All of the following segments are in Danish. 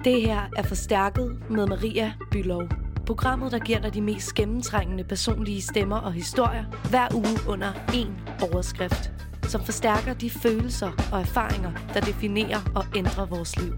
Det her er Forstærket med Maria Bülow. Programmet, der giver dig de mest gennemtrængende personlige stemmer og historier hver uge under én overskrift, som forstærker de følelser og erfaringer, der definerer og ændrer vores liv.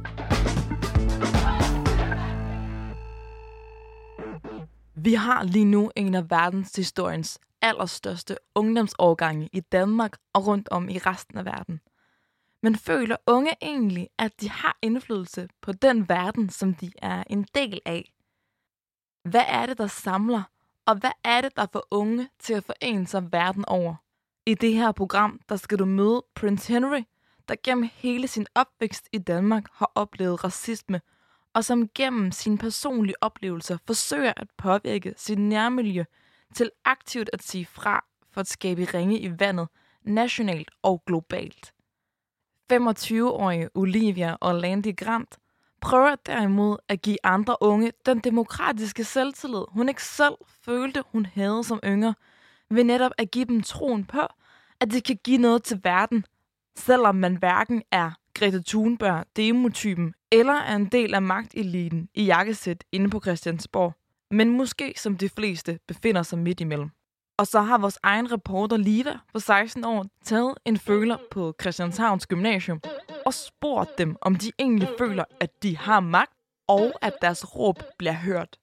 Vi har lige nu en af verdenshistoriens allerstørste ungdomsårgange i Danmark og rundt om i resten af verden. Men føler unge egentlig, at de har indflydelse på den verden, som de er en del af? Hvad er det, der samler, og hvad er det, der får unge til at forene sig verden over? I det her program, der skal du møde Prince Henry, der gennem hele sin opvækst i Danmark har oplevet racisme, og som gennem sine personlige oplevelser forsøger at påvirke sit nærmiljø til aktivt at sige fra for at skabe ringe i vandet, nationalt og globalt. 25-årige Olivia Orlandi Grant prøver derimod at give andre unge den demokratiske selvtillid, hun ikke selv følte, hun havde som yngre, ved netop at give dem troen på, at de kan give noget til verden, selvom man hverken er Greta Thunberg, demotypen, eller er en del af magteliten i jakkesæt inde på Christiansborg, men måske som de fleste befinder sig midt imellem. Og så har vores egen reporter Liva på 16 år taget en føler på Christianshavns Gymnasium og spurgt dem, om de egentlig føler, at de har magt, og at deres råb bliver hørt.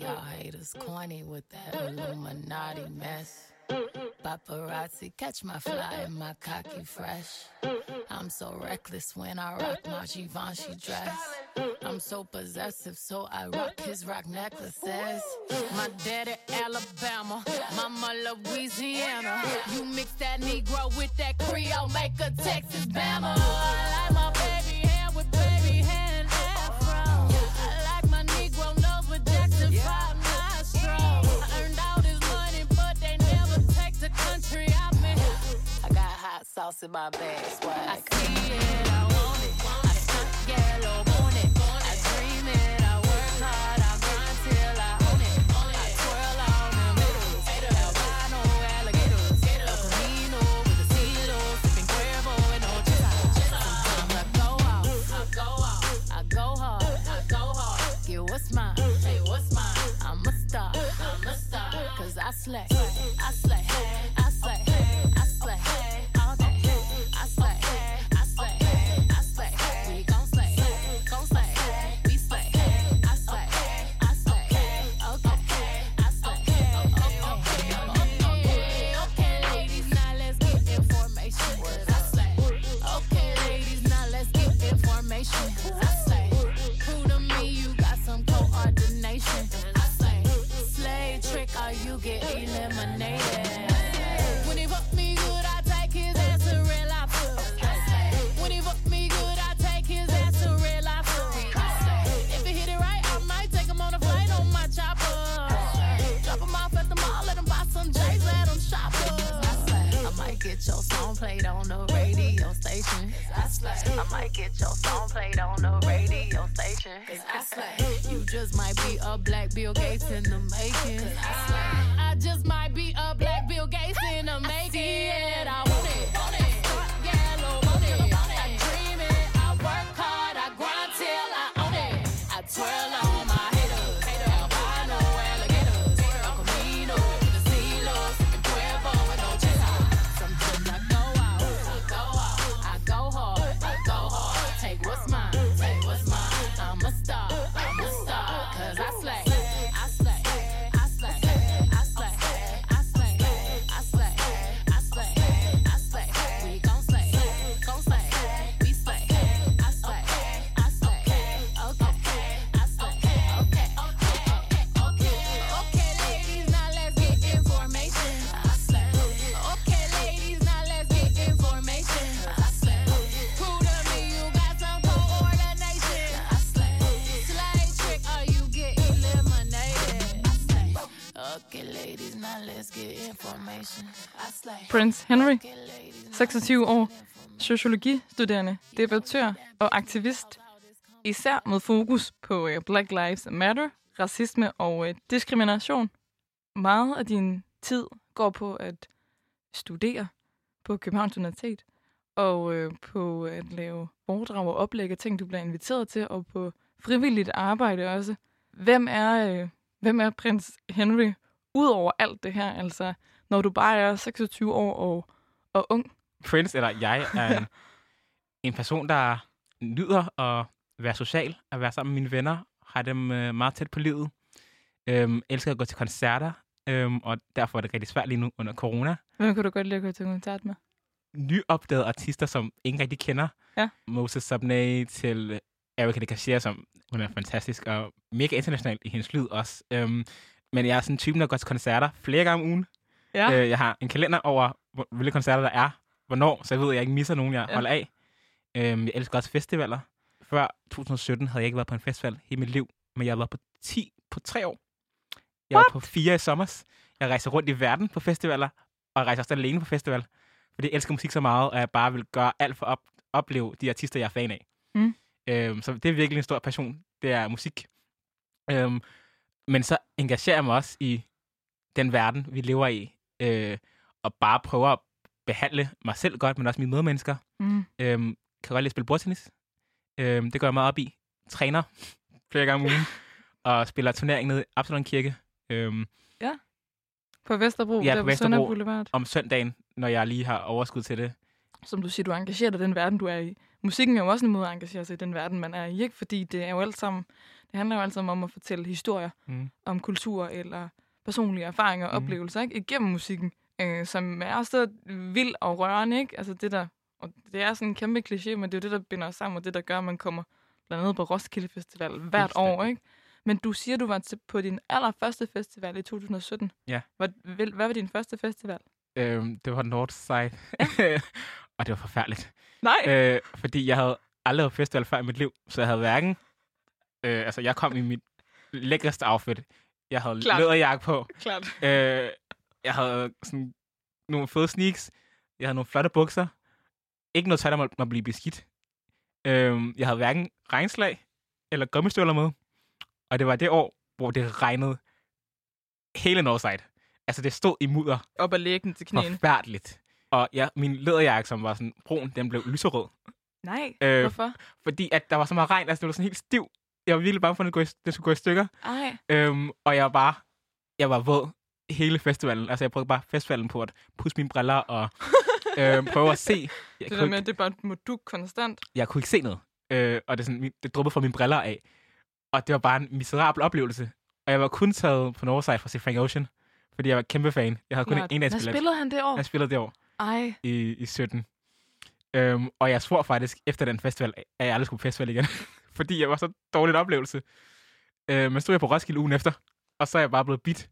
Paparazzi catch my fly and my cocky fresh. I'm so reckless when I rock my Givenchy dress. I'm so possessive, so I rock his rock necklaces. My daddy Alabama, mama Louisiana. You mix that Negro with that Creole, make a Texas Bama. I like my baby hair with baby hair and afro. I like my Negro nose with Jackson 5 nostrils. I earned all this money, but they never take the country I'm in. I got hot sauce in my bag, swag. I see it, I want it. I stunt yellow, want it. I dream it, I work hard, I grind till I own it. I twirl on them middles, albino alligators. El Camino with the Celos, sipping Cuervo and no chispas. Sometimes I go out, I go hard, get what's mine, hey, what's mine? I'm a star, cause I slay, I slay, I slay, I slay, all day, I slay, I slay, I slay, we gon' slay, we slay, I slay, I slay, okay, I slay, okay, ladies, now let's get information, I slay, okay, ladies, now let's get information, I slay, prove to me you got some coordination, I slay, slay trick or you get eliminated. When he fuck me good, I take his ass to real life. When he fuck me good, I take his ass to real life. If he hit it right, I might take him on a flight on my chopper. Drop him off at the mall, let him buy some J's, let him shop I might get your song played on the radio station. I might get your song played on the radio station. You just might be a black Bill Gates in the making. I just might be a black Bill Gates in the making. I want it. Start yellow, want it. I dream it, I work hard, I grind till I own it. I twirl on my haters, albino alligators. El Camino with the Celos, sipping Cuervo and no chispas. Sometimes I go out, I go hard, take what's mine, I'm a star, cause I slay, I slay, I slay, I slay, I slay, I slay, I slay, I slay, we gon' slay, we slay, I slay, okay, I slay, okay, ladies, now let's get information, I slay, okay, ladies, now let's get information, I slay, prove to me you got some coordination, I slay, slay trick or you get eliminated, I slay, okay, ladies, now let's get information, I slay. Prince Henry, 26 år, sociologistuderende, debattør og aktivist, især med fokus på Black Lives Matter, racisme og diskrimination. Meget af din tid går på at studere på Københavns Universitet, og på at lave foredrag og oplæg af ting, du bliver inviteret til, og på frivilligt arbejde også. Hvem er prins Henry ud over alt det her, altså når du bare er 26 år og ung? Prince, eller jeg, er en person, der nyder at være social, at være sammen med mine venner, har dem meget tæt på livet, elsker at gå til koncerter, og derfor er det rigtig svært lige nu under corona. Hvem kunne du godt lide at gå til koncert med? Nyopdagede artister, som ingen rigtig kender. Ja. Moses Subney til Erika de Casier, som hun er fantastisk og mega international i hendes lyd også. Men jeg er sådan en typen, der går til koncerter flere gange om ugen. Ja. Jeg har en kalender over, hvilke koncerter der er, hvornår, så jeg ved, at jeg ikke misser nogen, jeg holder af. Jeg elsker også festivaler. Før 2017 havde jeg ikke været på en festival hele mit liv, men jeg har været på 10 på 3 år. Jeg var på 4 i sommer. Jeg rejser rundt i verden på festivaler, og jeg rejser også alene på festival. Fordi jeg elsker musik så meget, og jeg bare vil gøre alt for at opleve de artister, jeg er fan af. Så det er virkelig en stor passion. Det er musik. Men så engagerer jeg mig også i den verden, vi lever i. Og bare prøver at behandle mig selv godt, men også mine medmennesker. Kan godt lide at spille bordtennis. Det går jeg meget op i. Træner flere gange om ugen. Og spiller turnering nede i Absalon Kirke. Ja. På Vesterbro, ja, der på Sønder Boulevard. Om søndagen, når jeg lige har overskud til det. Som du siger, du engagerer dig i den verden, du er i. Musikken er jo også en måde at engagere sig i den verden, man er i. Ikke? Fordi det er jo alt sammen, det handler jo alt sammen om at fortælle historier om kultur eller personlige erfaringer og oplevelser ikke? Igennem musikken, som er så vild og rørende. Ikke? Altså og det er sådan en kæmpe kliché, men det er jo det, der binder os sammen, og det, der gør, at man kommer blandt andet på Roskilde Festival hvert år. Ikke? Men du siger, du var på din allerførste festival i 2017. Ja. Hvad var din første festival? Det var Northside. Og det var forfærdeligt. Nej. Fordi jeg havde aldrig været festival før i mit liv, så jeg havde hverken... jeg kom i mit lækreste outfit. Jeg havde læderjakke på. Klart. Jeg havde sådan nogle fede sneaks. Jeg havde nogle flotte bukser. Ikke noget tøj, der måtte blive beskidt. Jeg havde hverken regnslag eller gummistøvler med. Og det var det år, hvor det regnede hele Northside. Altså, det stod i mudder. Op ad lægen til knæene. Forfærdeligt. Og min læderjakke, som var sådan brun, den blev lyserød. Nej, hvorfor? Fordi at der var så meget regn, altså det var sådan helt stiv. Jeg var virkelig bange for, at den skulle gå i stykker. Og jeg var våd hele festivalen. Altså, jeg brugte bare festivalen på at pusse mine briller og prøve at se. Det der med, at det bare må du konstant. Jeg kunne ikke se noget. Og det druppede fra mine briller af. Og det var bare en miserabel oplevelse. Og jeg var kun taget på Northside for at se Frank Ocean. Fordi jeg var kæmpe fan. Jeg havde kun en dags billet. Hvad spillede han det år? Jeg spillede det år. Ej. I 17. Og jeg svor faktisk efter den festival, at jeg aldrig skulle på festival igen. Fordi jeg var så dårlig en oplevelse. Men stod jeg på Roskilde ugen efter, og så er jeg bare blevet bidt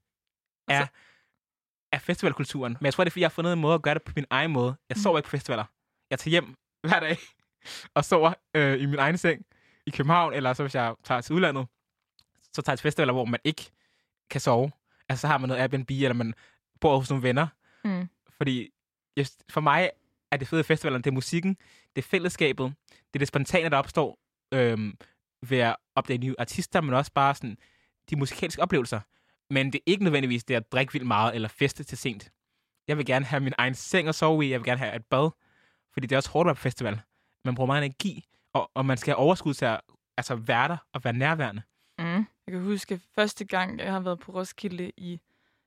af festivalkulturen. Men jeg tror, det er, fordi jeg har fundet en måde at gøre det på min egen måde. Jeg sover ikke på festivaler. Jeg tager hjem hver dag og sover i min egen seng i København, eller så hvis jeg tager til udlandet, så tager jeg til festivaler, hvor man ikke kan sove. Altså, så har man noget Airbnb, eller man bor hos nogle venner. Fordi for mig er det fede festivalerne, det er musikken, det er fællesskabet, det er det spontane, der opstår ved at opdage nye artister, men også bare sådan de musikalske oplevelser. Men det er ikke nødvendigvis det at drikke vildt meget eller feste til sent. Jeg vil gerne have min egen seng at sove i, jeg vil gerne have et bad, fordi det er også hårdt at være på festival. Man bruger meget energi, og man skal have overskud til at være der og være nærværende. Jeg kan huske, første gang, jeg har været på Roskilde i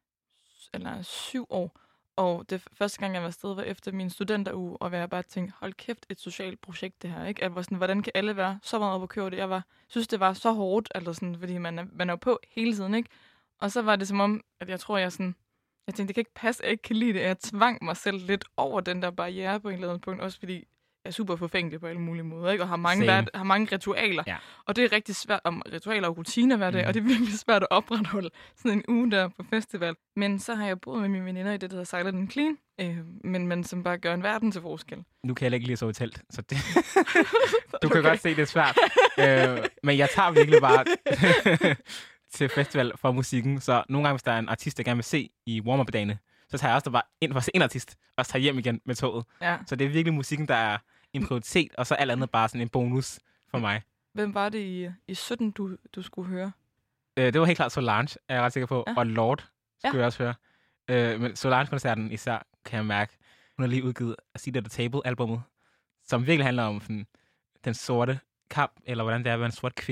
7 år, og det første gang, jeg var afsted, var efter min studenteruge, og jeg bare tænkte, hold kæft, et socialt projekt det her, ikke? Jeg var sådan, hvordan kan alle være så meget oppe at køre det? Jeg synes, det var så hårdt, eller sådan, fordi man er på hele tiden, ikke? Og så var det som om, at jeg tror, jeg tænkte, det kan ikke passe, at jeg ikke kan lide det. Jeg tvang mig selv lidt over den der barriere på en eller anden punkt, også fordi jeg er super forfængelig på alle mulige måder, ikke? Og har mange ritualer. Ja. Og det er rigtig svært, om ritualer og rutiner hver dag, og det er virkelig svært at opretholde sådan en uge der på festival. Men så har jeg boet med mine veninder i det, der hedder Silent and Clean, men som bare gør en verden til forskel. Nu kan jeg ikke lide at sove i telt, så det... du kan godt se, det er svært. Men jeg tager virkelig bare til festival for musikken, så nogle gange, hvis der er en artist, jeg gerne vil se i warm-up-dagene, så tager jeg også bare ind for at se en artist, og så tager hjem igen med toget. Ja. Så det er virkelig musikken, der er en prioritet, og så alt andet bare sådan en bonus for mig. Hvem var det i 17, du skulle høre? Det var helt klart Solange, er jeg ret sikker på, og Lorde skulle jeg også høre. Men Solange-koncerten især, kan jeg mærke, hun har lige udgivet A Seat at the Table-albummet, som virkelig handler om sådan, den sorte kamp, eller hvordan det er at være en sort kvinde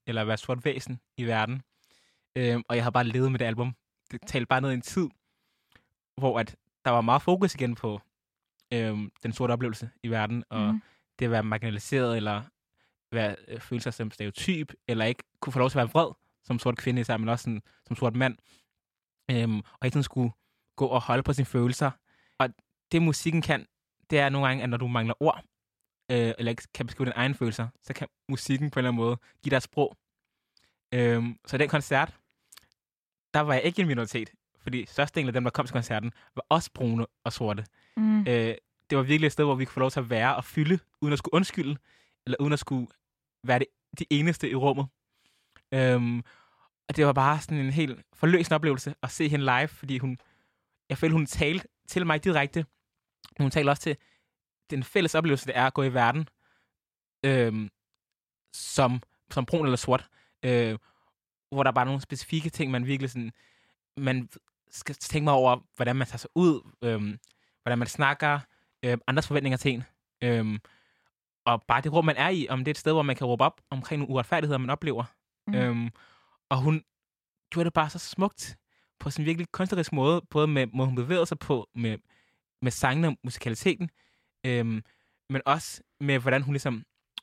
eller være sort væsen i verden. Og jeg har bare levet med det album. Det talte bare ned i en tid, hvor at der var meget fokus igen på den sorte oplevelse i verden, og det at være marginaliseret, eller føle sig som stereotyp, eller ikke kunne få lov til at være vred som sort kvinde især, men også sådan, som sort mand. Og ikke skulle gå og holde på sine følelser. Og det musikken kan, det er nogle gange, at når du mangler ord, eller ikke kan beskrive dine egne følelser, så kan musikken på en eller anden måde give dig sprog. Så den koncert, der var jeg ikke en minoritet, fordi størstedelen af dem, der kom til koncerten, var også brune og sorte. Det var virkelig et sted, hvor vi kunne få lov til at være og fylde, uden at skulle undskylde, eller uden at skulle være de eneste i rummet. Og det var bare sådan en helt forløsende oplevelse at se hende live, fordi jeg følte, hun talte til mig direkte. Hun talte også til den fælles oplevelse, det er at gå i verden som brun eller sort. Hvor der er bare nogle specifikke ting, man virkelig sådan, man skal tænke mig over, hvordan man tager sig ud, hvordan man snakker, andres forventninger til en. Og bare det rum, man er i, om det er et sted, hvor man kan råbe op omkring nogle uretfærdigheder, man oplever. Og hun gjorde det bare så smukt på sådan en virkelig kunstnerisk måde, både med måde, hun bevægede sig på, med sangene og musikaliteten, men også med, hvordan hun ligesom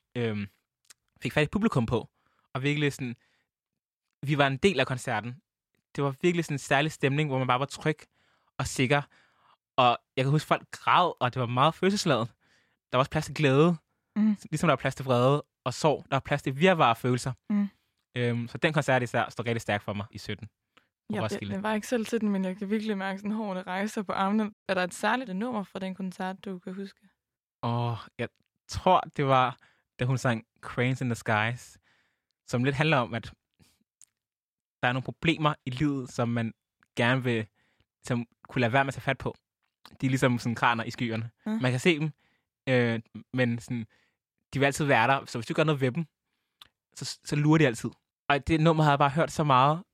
fik fat i publikum på. Og virkelig sådan, vi var en del af koncerten. Det var virkelig sådan en særlig stemning, hvor man bare var tryg og sikker. Og jeg kan huske, folk græd, og det var meget følelsesladet. Der var også plads til glæde, ligesom der var plads til vrede og sorg. Der var plads til virvar af følelser. Så den koncert især står rigtig stærkt for mig i 17. Jeg var ikke selv til den, men jeg kan virkelig mærke sådan hårene rejser på armene. Er der et særligt nummer fra den koncert, du kan huske? Jeg tror, det var, da hun sang Cranes in the Skies, som lidt handler om, at der er nogle problemer i livet, som man gerne vil som kunne lade være med at tage fat på. De er ligesom sådan kraner i skyerne. Man kan se dem, men sådan, de vil altid være der. Så hvis du gør noget ved dem, så lurer de altid. Og det nummer har jeg bare hørt så meget,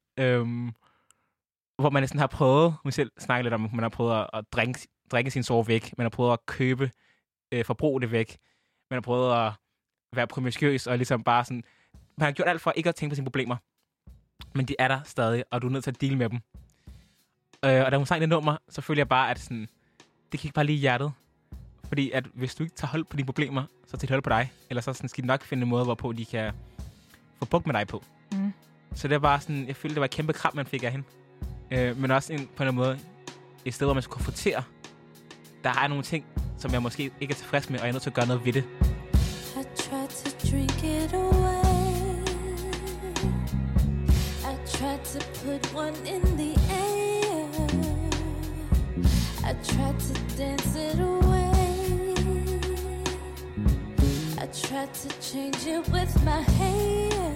hvor man næsten har prøvet, hun selv snakker lidt om, man har prøvet at drikke sin sorg væk, man har prøvet at købe, forbruge det væk, man har prøvet at være promiskuøs, og ligesom bare sådan, man har gjort alt for ikke at tænke på sine problemer. Men de er der stadig, og du er nødt til at deale med dem. Og da hun sang det nummer, så følte jeg bare, at sådan, det gik bare lige i hjertet. Fordi at hvis du ikke tager hold på dine problemer, så tager de hold på dig. Eller så sådan, skal de nok finde en måde, hvorpå de kan få bugt med dig på. Så det var bare sådan, jeg følte, det var et kæmpe kram, man fik af hende. Men også på en eller anden måde et sted, hvor man skulle konfrontere. Der er nogle ting, som jeg måske ikke er tilfreds med, og jeg er nødt til at gøre noget ved det. I tried to drink it away. I tried to put one in the air. I tried to dance it away. I tried to change it with my hair.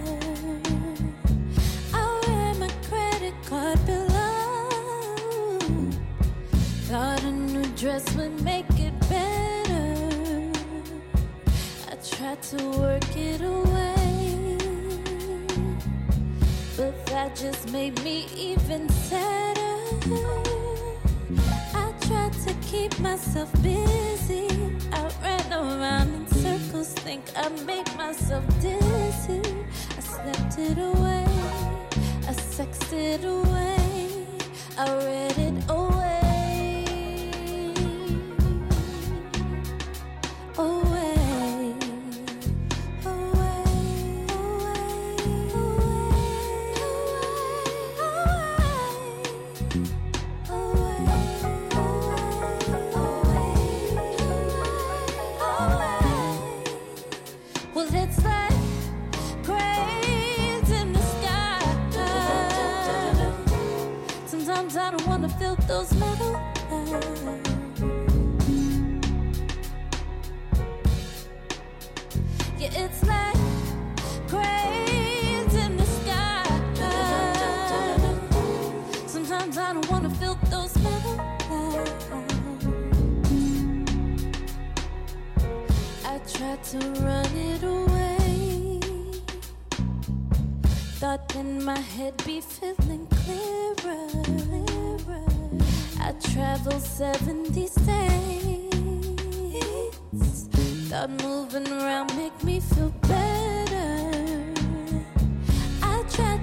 I wear my credit card below. Thought a new dress would make it better. I tried to work it away, but that just made me even sadder. I tried to keep myself busy. I ran around in circles, think I made myself dizzy. I slept it away, I sexed it away, I read it away. I don't wanna feel those metal eyes. Yeah, it's like cranes in the sky. Sometimes I don't wanna feel those metal eyes. I tried to run it away. Thought in my head be feeling clearer. I traveled 70 states. Thought moving around make me feel better.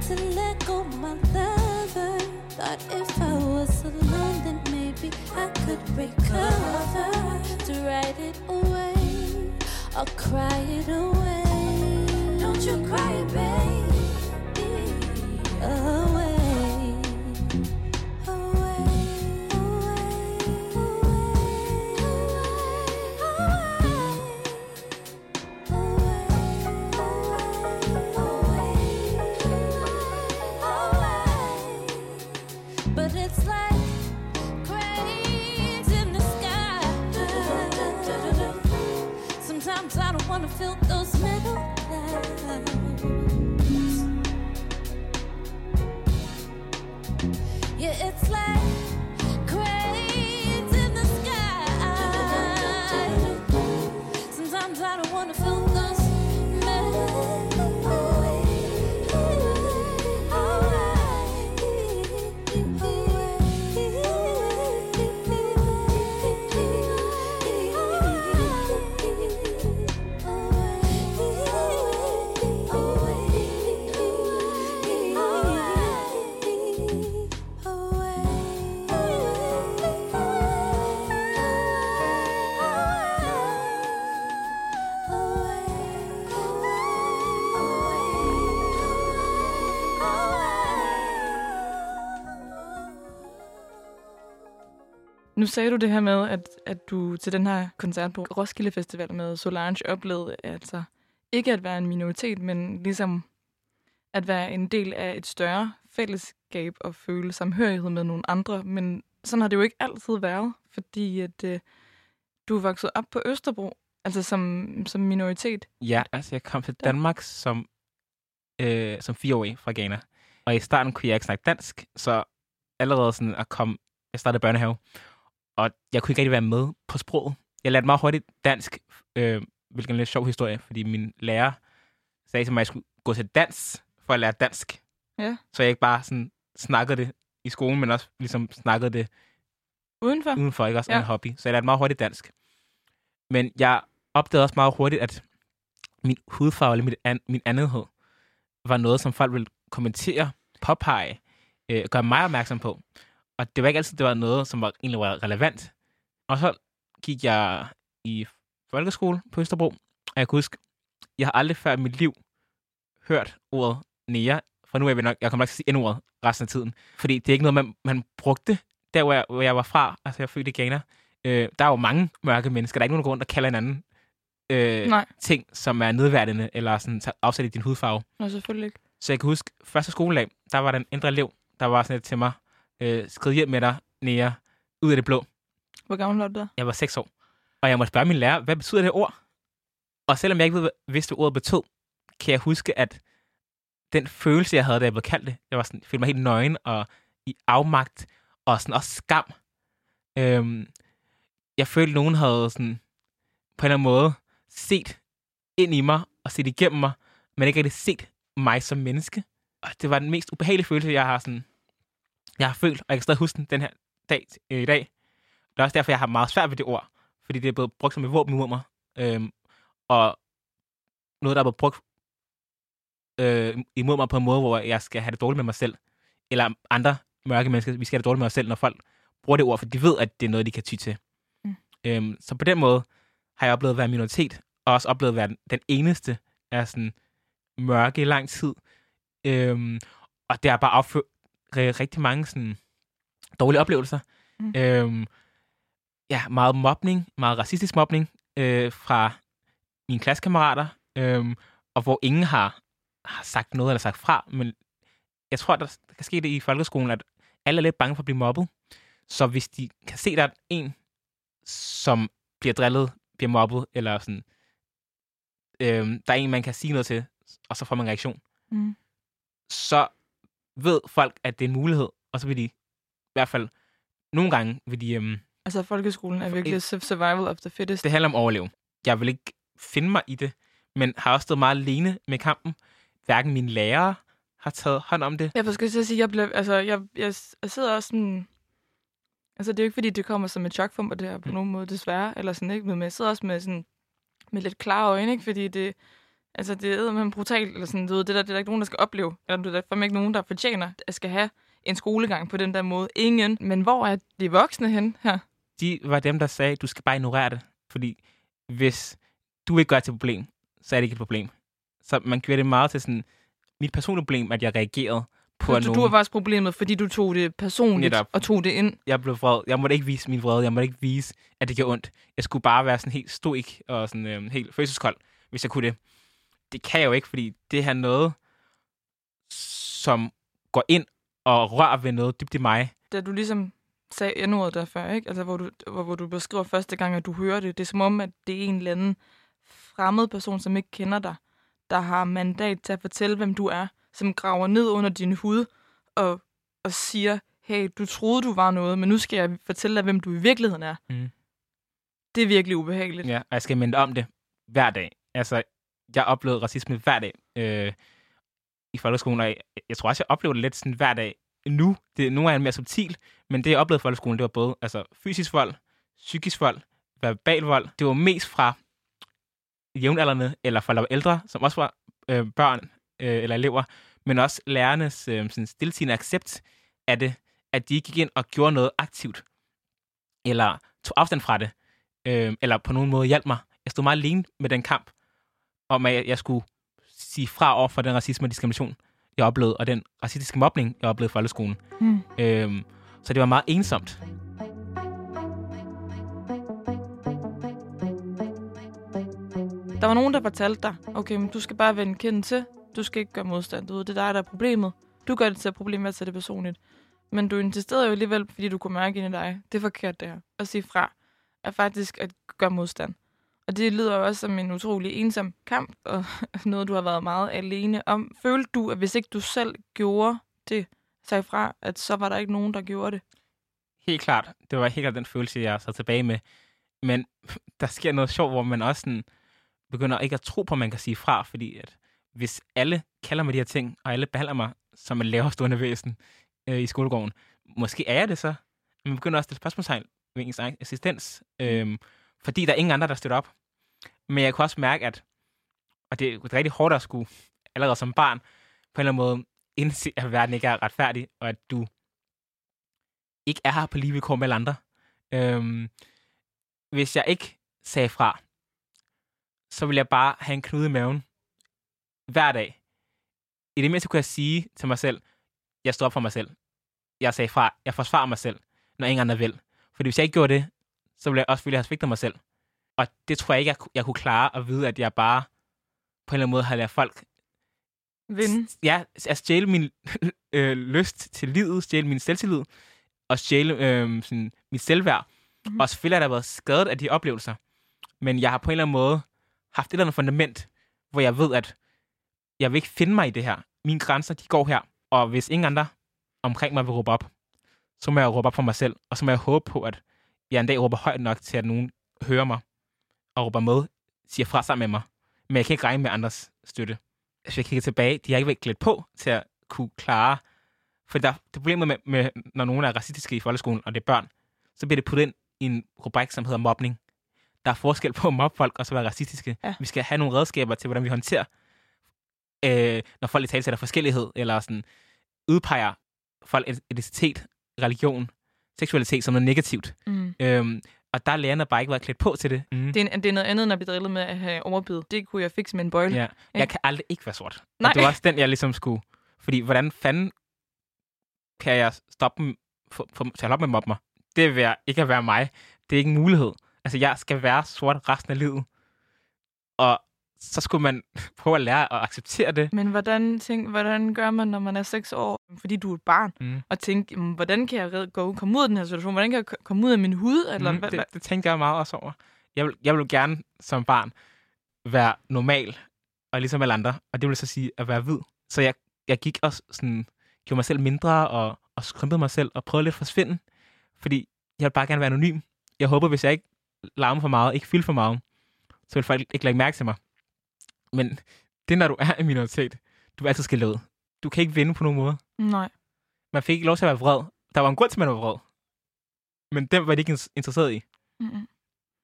to let go my lover. Thought if I was alone, then maybe I could recover. To write it away or cry it away. Don't you cry, baby, away. But it's like cranes in the sky. Sometimes I don't want to feel those middle clouds. Yeah, it's like cranes in the sky. Sometimes I don't want to feel those middle Nu sagde du det her med, at du til den her koncert på Roskilde Festival med Solange oplevede altså ikke at være en minoritet, men ligesom at være en del af et større fællesskab og føle samhørighed med nogle andre. Men sådan har det jo ikke altid været, fordi at du er vokset op på Østerbro, altså som minoritet. Ja, altså jeg kom til Danmark som 4-årig fra Ghana. Og i starten kunne jeg ikke snakke dansk, så allerede sådan jeg startede børnehave. Og jeg kunne ikke rigtig være med på sproget. Jeg lærte meget hurtigt dansk, hvilken er en lidt sjov historie, fordi min lærer sagde til mig, at jeg skulle gå til dans for at lære dansk. Ja. Så jeg ikke bare sådan snakkede det i skolen, men også ligesom snakkede det udenfor, ikke også en hobby. Så jeg lærte meget hurtigt dansk. Men jeg opdagede også meget hurtigt, at min hudfarve eller min andethed var noget, som folk ville kommentere, påpege, gøre mig opmærksom på. Og det var ikke altid, det var noget, som egentlig var relevant. Og så gik jeg i folkeskole på Østerbro, og jeg kan huske, jeg har aldrig før i mit liv hørt ordet nære. For nu er jeg kommer nok til at sige N-ordet resten af tiden. Fordi det er ikke noget, man brugte der, hvor jeg var fra. Altså, jeg er født i Ghana. Der er jo mange mørke mennesker. Der er ikke nogen, der går rundt og kalder hinanden ting, som er nedværdigende, eller sådan afsat i din hudfarve. Nå, selvfølgelig ikke. Så jeg kan huske, første skoledag, der var der en ældre elev, der var sådan lidt til mig, skrid hjem med dig, nære, ud af det blå. Hvor gammel var du der? Jeg var 6 år. Og jeg måtte spørge min lærer, hvad betyder det ord? Og selvom jeg ikke vidste, hvad ordet betød, kan jeg huske, at den følelse, jeg havde, da jeg blev kaldt det, jeg var sådan, følte mig helt nøgen og i afmagt, og sådan også skam. Jeg følte, at nogen havde sådan, på en eller anden måde set ind i mig og set igennem mig, men ikke rigtig set mig som menneske. Og det var den mest ubehagelige følelse, jeg har følt, og jeg kan stadig huske den her dag i dag. Det er også derfor, jeg har meget svært ved det ord, fordi det er blevet brugt som et våben imod mig. Og noget, der er blevet brugt imod mig på en måde, hvor jeg skal have det dårligt med mig selv, eller andre mørke mennesker, vi skal have det dårligt med os selv, når folk bruger det ord, for de ved, at det er noget, de kan ty til. Så på den måde har jeg oplevet at være minoritet, og også oplevet at være den eneste af sådan mørke i lang tid. Og det har bare affødt rigtig mange sådan dårlige oplevelser. Meget mobning, meget racistisk mobning fra mine klassekammerater, og hvor ingen har sagt noget eller sagt fra, men jeg tror, der kan ske det i folkeskolen, at alle er lidt bange for at blive mobbet. Så hvis de kan se, der er en, som bliver drillet, bliver mobbet, eller sådan, der er en, man kan sige noget til, og så får man en reaktion, så ved folk, at det er en mulighed, og så vil de i hvert fald nogle gange vil de... altså folkeskolen er virkelig survival of the fittest. Det handler om at overleve. Jeg vil ikke finde mig i det, men har også stået meget alene med kampen. Hverken mine lærere har taget hånd om det. Jeg skal sige, jeg sidder også sådan... Altså, det er jo ikke, fordi det kommer som et chok for mig, det her på nogen måde, desværre, eller sådan, ikke? Men jeg sidder også med lidt klare øjne, ikke? Fordi det Altså, det er man brutalt, eller sådan, du ved, det er der ikke nogen, der skal opleve. Eller det er der ikke nogen, der fortjener, at skal have en skolegang på den der måde. Ingen. Men hvor er de voksne hen her? De var dem, der sagde, du skal bare ignorere det. Fordi hvis du ikke gør det til et problem, så er det ikke et problem. Så man gjorde det meget til sådan, mit personlige problem, at jeg reagerede på nogen. Du var faktisk problemet, fordi du tog det personligt og tog det ind. Jeg blev vred. Jeg måtte ikke vise min vrede. Jeg måtte ikke vise, at det gjorde ondt. Jeg skulle bare være sådan helt stoik og sådan helt følelseskold, hvis jeg kunne det. Det kan jeg jo ikke, fordi det her noget, som går ind og rører ved noget dybt i mig. Da du ligesom sagde n-ordet der før, ikke? Altså, hvor du beskriver første gang, at du hører det. Det er som om, at det er en eller anden fremmed person, som ikke kender dig, der har mandat til at fortælle, hvem du er, som graver ned under din hud og siger, hey, du troede, du var noget, men nu skal jeg fortælle dig, hvem du i virkeligheden er. Mm. Det er virkelig ubehageligt. Ja, og jeg skal minde om det hver dag. Altså, jeg oplevede racisme hver dag i folkeskolen, og jeg tror også, jeg oplevede det lidt sådan hver dag. Nu er jeg mere subtil, men det, jeg oplevede i folkeskolen, det var både fysisk vold, psykisk vold, verbal vold. Det var mest fra jævnaldrende, eller fra ældre, som også var børn eller elever, men også lærernes sådan stiltiende accept af det, at de gik ind og gjorde noget aktivt, eller tog afstand fra det, eller på nogen måde hjalp mig. Jeg stod meget alene med den kamp, om at jeg skulle sige fra over for den racisme og diskrimination, jeg oplevede, og den racistiske mobning, jeg oplevede i folkeskolen. Så det var meget ensomt. Der var nogen, der fortalte dig, okay, men du skal bare vende kinden til. Du skal ikke gøre modstand. Det er dig, der er problemet. Du gør det til et problem med at tage det personligt. Men du insisterede jo alligevel, fordi du kunne mærke ind i dig. Det er forkert, det her. At sige fra er faktisk at gøre modstand. Og det lyder også som en utrolig ensom kamp, og noget, du har været meget alene om. Følte du, at hvis ikke du selv gjorde det, sagde fra, at så var der ikke nogen, der gjorde det? Helt klart. Det var helt klart den følelse, jeg så tilbage med. Men der sker noget sjovt, hvor man også sådan begynder ikke at tro på, at man kan sige fra, fordi at hvis alle kalder mig de her ting, og alle behandler mig som en laverstående væsen i skolegården, måske er jeg det så. Man begynder også at stille spørgsmålstegn ved ens egen eksistens, fordi der er ingen andre, der støtter op. Men jeg kunne også mærke, og det er rigtig hårdt at skulle allerede som barn, på en eller anden måde indse, at verden ikke er retfærdig, og at du ikke er her på lige vilkår med alle andre. Hvis jeg ikke sagde fra, så ville jeg bare have en knude i maven hver dag. I det mindste kunne jeg sige til mig selv, jeg står op for mig selv. Jeg sagde fra, jeg forsvarer mig selv, når ingen andre vil. Fordi hvis jeg ikke gjorde det, så ville jeg også have svigtet mig selv. Og det tror jeg ikke, jeg kunne klare at vide, at jeg bare på en eller anden måde har lært folk vinde. Ja, at stjæle min lyst til livet, stjæle min selvtillid, og stjæle sådan, mit selvværd. Mm-hmm. Og selvfølgelig har der været skadet af de oplevelser. Men jeg har på en eller anden måde haft et eller andet fundament, hvor jeg ved, at jeg vil ikke finde mig i det her. Mine grænser, de går her. Og hvis ingen andre omkring mig vil råbe op, så må jeg råbe op for mig selv. Og så må jeg håbe på, at jeg en dag råber højt nok til, at nogen hører mig og råber med, siger fra sammen med mig. Men jeg kan ikke regne med andres støtte. Hvis jeg kigger tilbage, de har ikke været klædt på til at kunne klare. For det problemet med, når nogen er racistiske i folkeskolen, og det er børn, så bliver det puttet ind i en rubrik, som hedder mobning. Der er forskel på at mobbe folk og så være racistiske. Ja. Vi skal have nogle redskaber til, hvordan vi håndterer, når folk i tale sætter forskellighed, eller sådan udpeger folk etnicitet, religion, seksualitet som noget negativt. Og der er lærerne bare ikke været klædt på til det. Det er noget andet, når vi drillede med at have overbid. Det kunne jeg fikse med en bøjle. Ja. Jeg kan aldrig ikke være sort. Og det var også den, jeg ligesom skulle. Fordi hvordan fanden kan jeg stoppe dem til at op med at mobbe mig? Det vil ikke at være mig. Det er ikke en mulighed. Altså, jeg skal være sort resten af livet. Og så skulle man prøve at lære at acceptere det. Men hvordan gør man, når man er 6 år, fordi du er et barn, og tænke, hvordan kan jeg komme ud af den her situation? Hvordan kan jeg komme ud af min hud? Eller det tænker jeg meget også over. Jeg vil gerne som barn være normal, og ligesom alle andre. Og det vil så sige at være hvid. Så jeg gik også sådan, gjorde mig selv mindre, og skrympede mig selv, og prøvede lidt at forsvinde. Fordi jeg vil bare gerne være anonym. Jeg håber, hvis jeg ikke larmer for meget, ikke fylder for meget, så vil folk ikke lægge mærke til mig. Men det når du er en minoritet, du altid skal lade. Du kan ikke vinde på nogen måde. Nej. Man fik ikke lov til at være vred. Der var en grund til, at man var vred. Men dem var de ikke interesseret i. Mm-mm.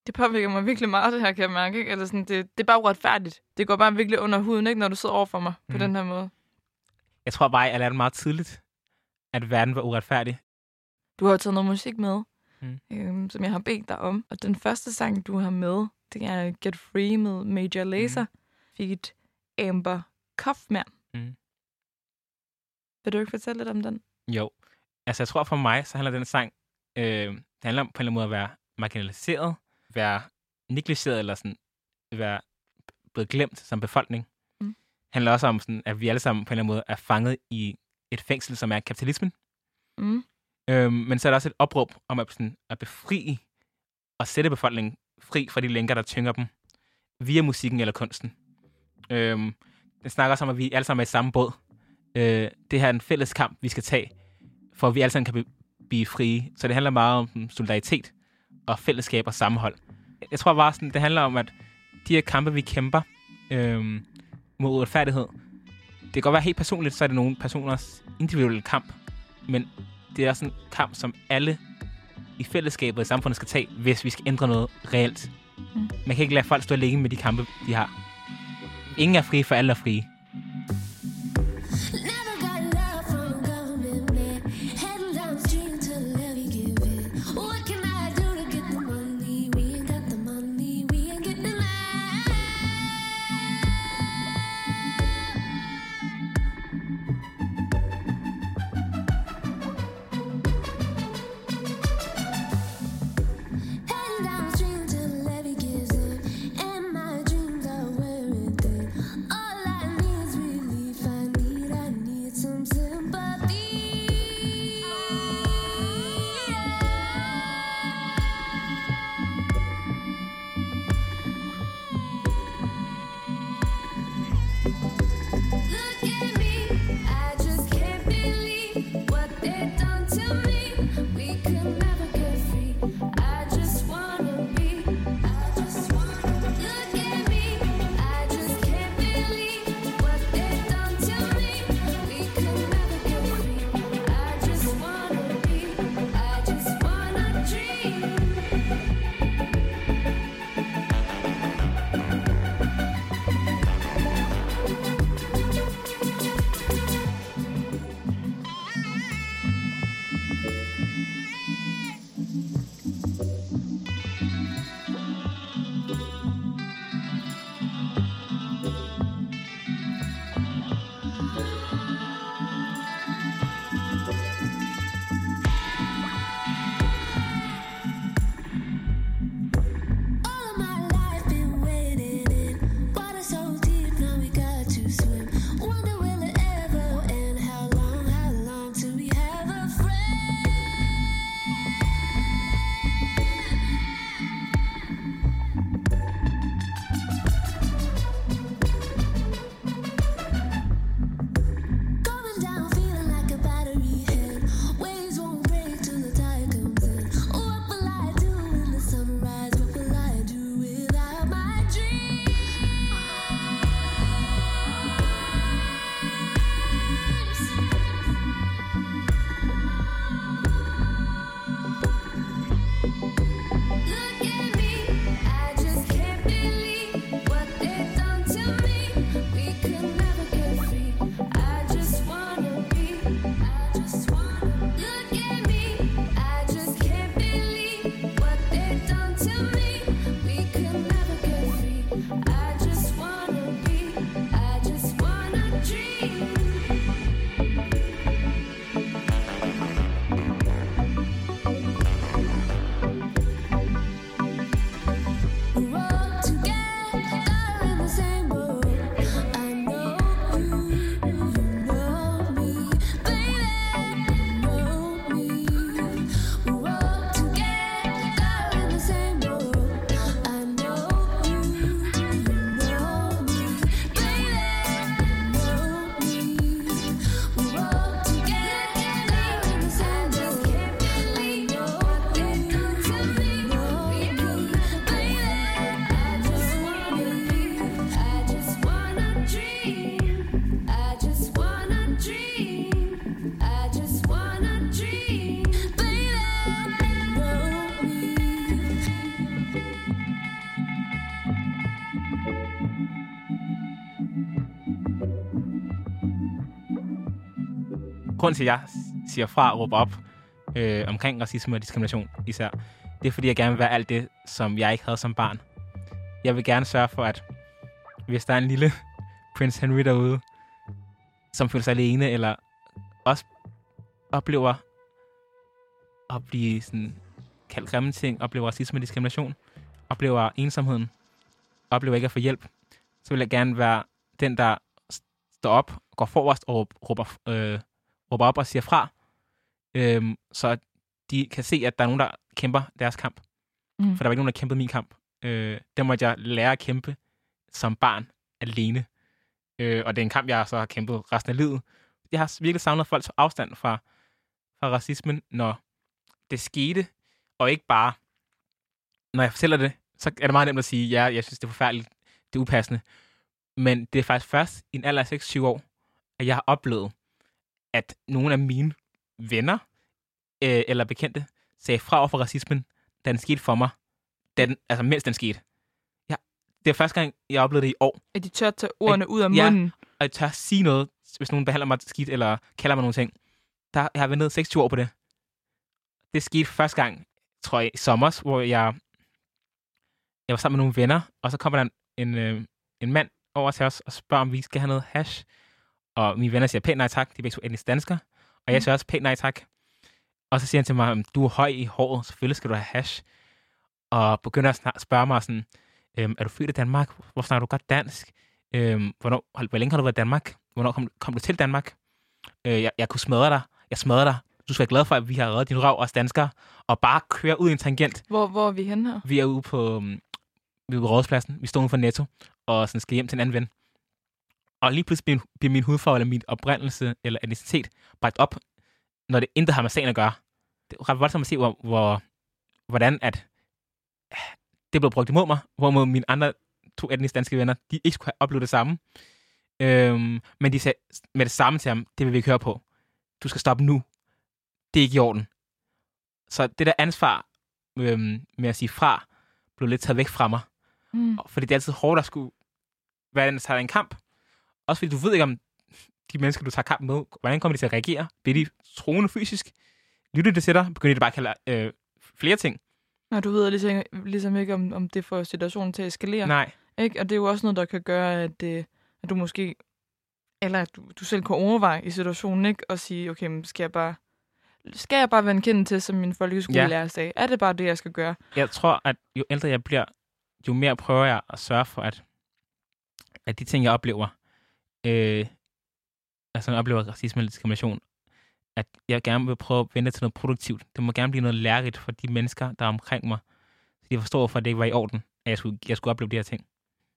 Det påvirker mig virkelig meget, det her, kan jeg mærke. Ikke? Eller sådan, det er bare uretfærdigt. Det går bare virkelig under huden, ikke, når du sidder over for mig på den her måde. Jeg tror bare, jeg lærte meget tidligt, at verden var uretfærdig. Du har jo taget noget musik med, som jeg har bedt dig om. Og den første sang, du har med, det er Get Free med Major Lazer. Feat. Amber Kaufman. Vil du ikke fortælle lidt om den? Jo. Altså, jeg tror for mig, så handler den sang, det handler om på en eller anden måde at være marginaliseret, være negligeret eller sådan, være blevet glemt som befolkning. Det handler også om, sådan, at vi alle sammen på en eller anden måde er fanget i et fængsel, som er kapitalismen. Men så er der også et opråb om at befri og sætte befolkningen fri fra de lænker, der tynger dem, via musikken eller kunsten. Den snakker også om, at vi alle sammen er i samme båd. Det her er en fælles kamp, vi skal tage, for at vi alle sammen kan blive frie. Så det handler meget om solidaritet og fællesskab og sammenhold. Jeg tror bare, sådan, det handler om, at de her kampe, vi kæmper mod uretfærdighed, det kan godt være helt personligt, så er det nogle personers individuelle kamp, men det er også en kamp, som alle i fællesskabet i samfundet skal tage, hvis vi skal ændre noget reelt. Man kan ikke lade folk stå alene med de kampe, de har. Ingen er frie, for alle er frie. All I need Grunden til, at jeg siger fra og råber op omkring racisme og diskrimination især, det er, fordi jeg gerne vil være alt det, som jeg ikke havde som barn. Jeg vil gerne sørge for, at hvis der er en lille Prince Henry derude, som føler sig alene, eller også oplever at blive sådan kaldt grimme ting, oplever racisme og diskrimination, oplever ensomheden, oplever ikke at få hjælp, så vil jeg gerne være den, der står op, går forrest og råber op og siger fra, så de kan se, at der er nogen, der kæmper deres kamp. For der var ikke nogen, der kæmpede min kamp. Der måtte jeg lære at kæmpe som barn alene. Og det er en kamp, jeg så har kæmpet resten af livet. Jeg har virkelig savnet folks afstand fra racismen, når det skete, og ikke bare, når jeg fortæller det, så er det meget nemt at sige, ja, jeg synes, det er forfærdeligt, det er upassende. Men det er faktisk først i en alder af 6-7 år, at jeg har oplevet, at nogle af mine venner eller bekendte sagde fra over for racismen, da den skete for mig, mens den skete. Det er første gang, jeg oplevede det i år. At de tør tage ordene ud af munden. Og jeg tør sige noget, hvis nogen behandler mig skidt, eller kalder mig nogle ting. Jeg har ventet 26 år på det. Det skete første gang, tror jeg, i sommer, hvor jeg var sammen med nogle venner, og så kommer der en mand over til os og spørger, om vi skal have noget hash. Og mine venner siger pænt nej tak, de er begge to etnisk danskere. Og jeg siger også pænt nej tak. Og så siger han til mig, du er høj i håret, selvfølgelig skal du have hash. Og begynder at spørge mig sådan, er du født i Danmark? Hvor snakker du godt dansk? Hvor længe har du været i Danmark? Hvornår kom du til Danmark? Jeg kunne smadre dig. Jeg smadrer dig. Du skal være glad for, at vi har reddet din røv, os danskere, og bare køre ud i en tangent. Hvor er vi henne her? Vi er ude på Rådhuspladsen. Vi står ude for Netto, og sådan skal hjem til en anden ven. Og lige pludselig bliver min hudfarve, eller min oprindelse, eller etnicitet bragt op, når det intet har med sagen at gøre. Det er ret voldsomt at se, hvordan at det blev brugt imod mig, hvorimod mine andre 2 etnisk danske venner, de ikke skulle have oplevet det samme. Men de sagde med det samme til ham, det vil vi ikke høre på. Du skal stoppe nu. Det er ikke i orden. Så det der ansvar med at sige fra, blev lidt taget væk fra mig. Fordi det er altid hårdt at skulle være den, der tager en kamp. Også fordi du ved ikke, om de mennesker, du tager kamp med, hvordan kommer de til at reagere? Bliver de troende fysisk? Lytter det til dig? Begynder de bare at kalde flere ting? Nej, du ved ligesom ikke, om det får situationen til at eskalere. Nej. Ikke? Og det er jo også noget, der kan gøre, at du måske, eller at du selv kan overveje i situationen, ikke? Og sige, okay, skal jeg bare vende kinden til, som min folkeskolelærer sagde? Er det bare det, jeg skal gøre? Jeg tror, at jo ældre jeg bliver, jo mere prøver jeg at sørge for, at de ting, jeg oplever, jeg oplever racisme eller diskrimination, at jeg gerne vil prøve at vende til noget produktivt. Det må gerne blive noget lærerigt for de mennesker, der er omkring mig. Så de forstår, for at det ikke var i orden, at jeg skulle opleve de her ting.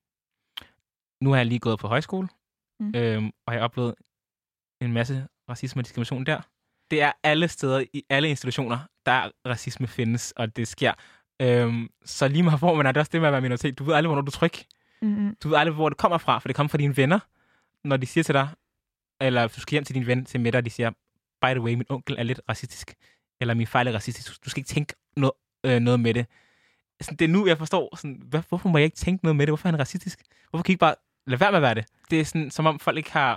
Nu har jeg lige gået på højskole, og jeg har oplevet en masse racisme og diskrimination der. Det er alle steder, i alle institutioner, der racisme findes, og det sker. Så lige meget hvor man er, det også det med at være minoritet. Du ved aldrig, hvornår du trykker. Du ved aldrig, hvor det kommer fra, for det kommer fra dine venner, når de siger til dig, eller du skal hjem til din ven til middag, og de siger, by the way, min onkel er lidt racistisk, eller min far er racistisk. Du skal ikke tænke noget med det. Sådan, det er nu, jeg forstår, sådan, hvorfor må jeg ikke tænke noget med det? Hvorfor er han racistisk? Hvorfor kan I ikke bare lade være med at være det? Det er sådan, som om folk ikke har...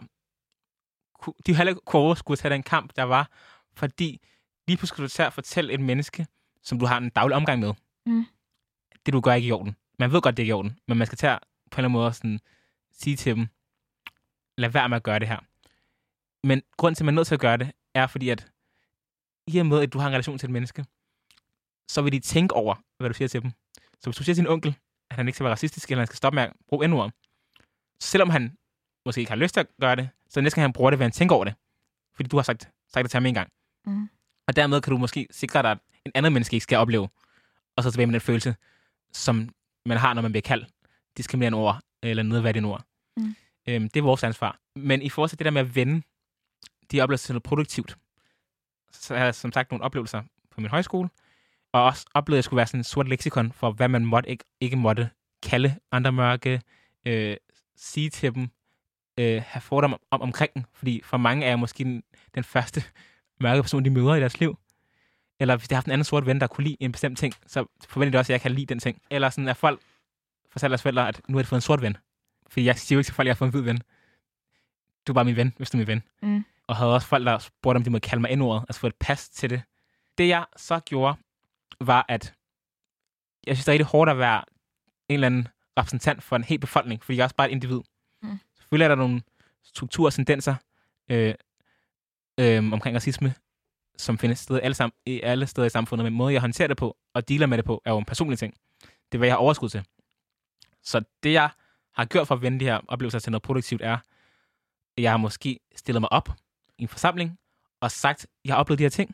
De har heller ikke kunne overskue tage den kamp, der var, fordi lige pludselig skal du til at fortælle et menneske, som du har en daglig omgang med. Det du gør ikke i orden. Man ved godt, det er ikke i orden, men man skal tage på en eller anden måde sådan, sige til dem, lad være med at gøre det her. Men grunden til, at man er nødt til at gøre det, er fordi, at i og med, at du har en relation til et menneske, så vil de tænke over, hvad du siger til dem. Så hvis du siger til din onkel, at han ikke skal være racistisk, eller han skal stoppe med at bruge n-ord, så selvom han måske ikke har lyst til at gøre det, så næste gang han bruger det, vil han tænke over det. Fordi du har sagt det til ham en gang. Og dermed kan du måske sikre dig, at en anden menneske ikke skal opleve, og så tilbage med den følelse, som man har, når man bliver kaldt diskriminerende ord, eller nedværdigende ord. Det er vores ansvar. Men i forhold til det der med at vende de oplevelser til noget produktivt, så har jeg som sagt nogle oplevelser på min højskole, og også oplevede, at jeg skulle være sådan en sort leksikon for, hvad man måtte ikke måtte kalde andre mørke, sige til dem, have fordomme omkring den, fordi for mange er jeg måske den første mørke person, de møder i deres liv. Eller hvis de har haft en anden sort ven, der kunne lide en bestemt ting, så forventer de også, at jeg kan lide den ting. Eller sådan, at folk fortæller deres forældre, at nu har de fået en sort ven. Fordi jeg siger jo ikke til folk, at jeg har fået en hvid ven. Du er bare min ven, hvis du er min ven. og havde også folk, der spurgte, om de måtte kalde mig N-ordet, altså få et pas til det. Det, jeg så gjorde, var, at jeg synes, det er rigtig hårdt at være en eller anden repræsentant for en hel befolkning, fordi jeg er også bare et individ. Selvfølgelig er der nogle strukturer og tendenser omkring racisme, som findes sted i alle steder i samfundet, men måden, jeg håndterer det på og dealer med det på, er jo en personlig ting. Det er, hvad jeg har overskud til. Så det, jeg har gjort for at vende de her oplevelser til noget produktivt, er, at jeg har måske stillet mig op i en forsamling og sagt, jeg har oplevet de her ting.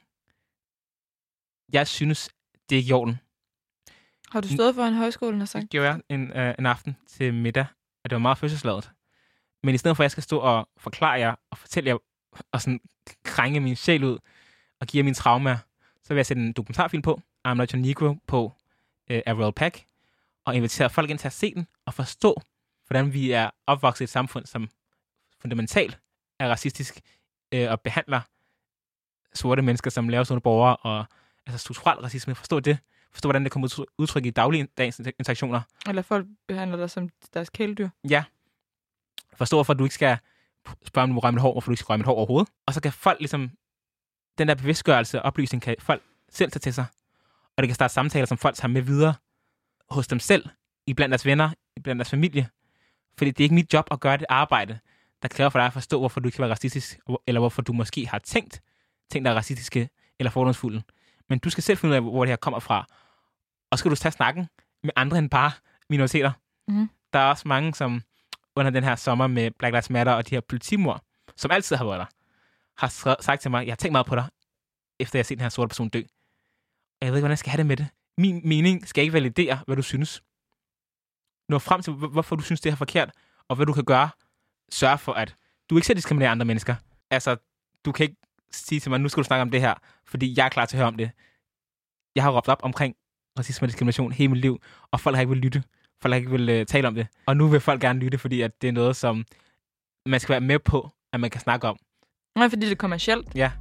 Jeg synes, det er ikke i orden. Har du stået for en højskole og sagt? Det gjorde jeg en aften til middag, og det var meget følelsesladet. Men i stedet for, at jeg skal stå og forklare jer og fortælle jer og sådan krænge min sjæl ud og give jer mine traumer, så vil jeg sætte en dokumentarfilm på, I'm Not Your Negro, på Avril Peck, og invitere folk ind til at se den og forstå, hvordan vi er opvokset i et samfund, som fundamentalt er racistisk og behandler sorte mennesker, som laver sorte borgere, og altså strukturel racisme. Forstå det. Forstå, hvordan det kommer udtryk i daglige dagens interaktioner. Eller folk behandler dig som deres kæledyr. Ja. Forstå, hvorfor du ikke skal spørge, om du må røre mit hår, hvorfor du ikke skal røre mit hår overhovedet. Og så kan folk ligesom, den der bevidstgørelse og oplysning, kan folk selv tage til sig. Og det kan starte samtaler, som folk tager med videre hos dem selv, iblandt deres venner, iblandt deres familie. Fordi det er ikke mit job at gøre det arbejde, der kræver for dig at forstå, hvorfor du ikke kan være racistisk, eller hvorfor du måske har tænkt ting, der er racistiske eller fordomsfulde. Men du skal selv finde ud af, hvor det her kommer fra. Og så skal du tage snakken med andre end bare minoriteter. Mm. Der er også mange, som under den her sommer med Black Lives Matter og de her politimord, som altid har været der, har sagt til mig, jeg har tænkt meget på dig, efter jeg har set den her sorte person dø. Og jeg ved ikke, hvordan jeg skal have det med det. Min mening skal ikke validere, hvad du synes. Nå frem til, hvorfor du synes, det er forkert, og hvad du kan gøre. Sørg for, at du ikke skal diskriminere andre mennesker. Altså, du kan ikke sige til mig, nu skal du snakke om det her, fordi jeg er klar til at høre om det. Jeg har råbt op omkring racisme og diskrimination hele mit liv, og folk har ikke vil lytte. Folk har ikke vil tale om det. Og nu vil folk gerne lytte, fordi at det er noget, som man skal være med på, at man kan snakke om. Nej, fordi det er kommercielt. Ja.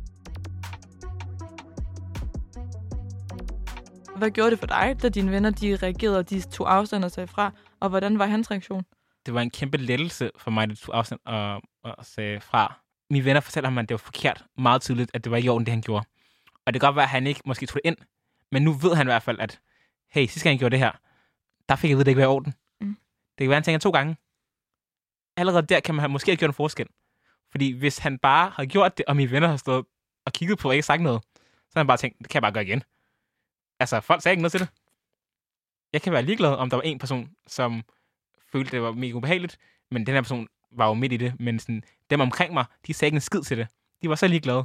Hvad gjorde det for dig, da dine venner de reagerede, og de tog afstand og sagde fra? Og hvordan var hans reaktion? Det var en kæmpe lettelse for mig, at de tog afstand og sagde fra. Mine venner fortalte ham, at det var forkert. Meget tydeligt, at det var ikke i orden, det han gjorde. Og det kan godt være, at han ikke måske tog det ind. Men nu ved han i hvert fald, at hey, sidste gang han gjorde det her, der fik jeg ved, at det ikke var i orden. Mm. Det kan være, at han tænker 2 gange. Allerede der kan man måske have gjort en forskel. Fordi hvis han bare havde gjort det, og mine venner havde stået og kigget på og ikke sagt noget, så havde han bare tænkt, det kan jeg bare gøre igen. Altså, folk sagde ikke noget til det. Jeg kan være ligeglad, om der var en person, som følte, det var mega ubehageligt, men den her person var jo midt i det. Men sådan, dem omkring mig, de sagde ikke en skid til det. De var så ligeglade.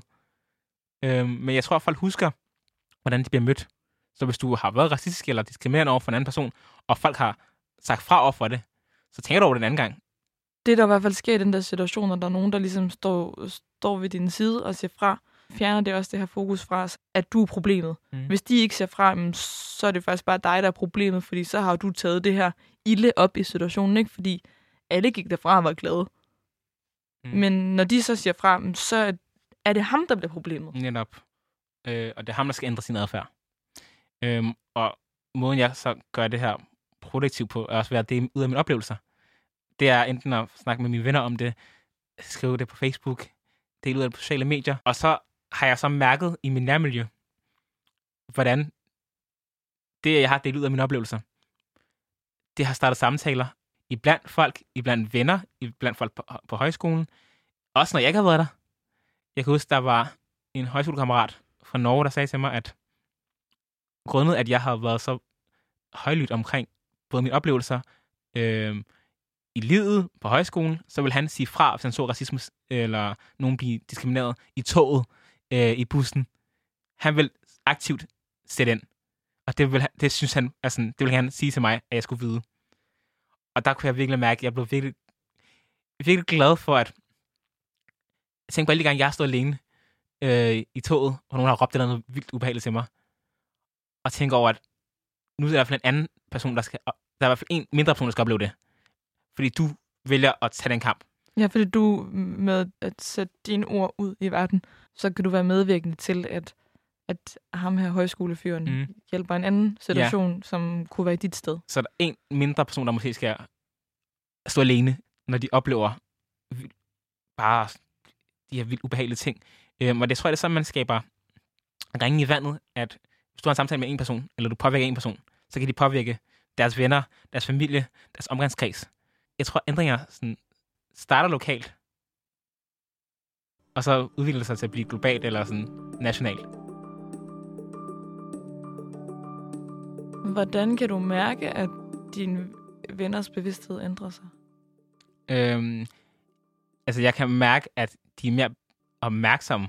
Men jeg tror, at folk husker, hvordan de bliver mødt. Så hvis du har været racistisk eller diskriminerende over for en anden person, og folk har sagt fra over for det, så tænker du over den anden gang. Det, der i hvert fald sker i den der situation, når der er nogen, der ligesom står ved din side og siger fra, fjerner det også det her fokus fra os, at du er problemet. Mm. Hvis de ikke siger fra, så er det faktisk bare dig, der er problemet, fordi så har du taget det her ilde op i situationen, ikke? Fordi alle gik derfra og var glade. Mm. Men når de så siger fra, så er det ham, der bliver problemet. Netop. Og det er ham, der skal ændre sin adfærd. Og måden, jeg så gør det her produktivt på, er også ved at dele ud af mine oplevelser. Det er enten at snakke med mine venner om det, skrive det på Facebook, dele ud af det på sociale medier. Og så har jeg så mærket i min nærmiljø, hvordan det, jeg har delt ud af mine oplevelser, det har startet samtaler iblandt folk, iblandt venner, iblandt folk på højskolen. Også når jeg ikke har været der. Jeg kan huske, der var en højskolekammerat fra Norge, der sagde til mig, at grundet, at jeg har været så højlydt omkring både mine oplevelser i livet på højskolen, så vil han sige fra, hvis han så racisme eller nogen blive diskrimineret i toget, i bussen. Han vil aktivt sætte ind. Og det synes han, altså, det vil han sige til mig, at jeg skulle vide. Og der kunne jeg virkelig mærke, at jeg blev virkelig glad for, at jeg tænkte på alle de gange, jeg stod alene i toget, og nogen har råbt noget vildt ubehageligt til mig. Og tænker over, at nu er der i hvert fald en anden person, der er i hvert fald en mindre person, der skal opleve det. Fordi du vælger at tage den kamp. Ja, fordi du med at sætte dine ord ud i verden, så kan du være medvirkende til, at ham her højskolefyren hjælper en anden situation, som kunne være i dit sted. Så der er en mindre person, der måske skal stå alene, når de oplever bare de her vildt ubehagelige ting. Og det tror jeg, det er sådan, man skaber ringe i vandet, at hvis du har en samtale med en person, eller du påvirker en person, så kan de påvirke deres venner, deres familie, deres omgangskreds. Jeg tror, ændringer sådan, starter lokalt, og så udvikler det sig til at blive globalt eller sådan nationalt. Hvordan kan du mærke, at dine venners bevidsthed ændrer sig? Altså, jeg kan mærke, at de er mere opmærksomme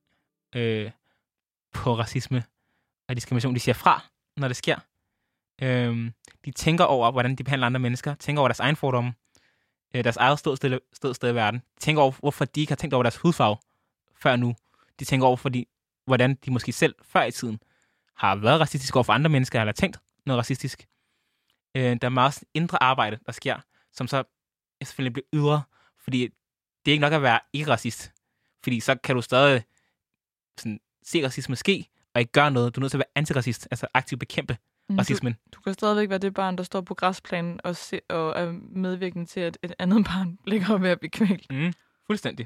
på racisme og diskrimination. De siger fra, når det sker. De tænker over, hvordan de behandler andre mennesker. Tænker over deres egen fordomme. Deres eget ståsted i verden. De tænker over, hvorfor de ikke har tænkt over deres hudfarve før nu. De tænker over, hvordan de måske selv før i tiden har været racistiske over for andre mennesker, eller tænkt noget racistisk. Der er meget indre arbejde, der sker, som så selvfølgelig bliver ydre, fordi det er ikke nok at være ikke-racist. Fordi så kan du stadig sådan, se racisme ske, og ikke gøre noget. Du er nødt til at være antiracist, altså aktivt bekæmpe racismen. Du kan stadigvæk være det barn, der står på græsplænen og er medvirkende til, at et andet barn ligger ved at blive kvalt. Fuldstændig.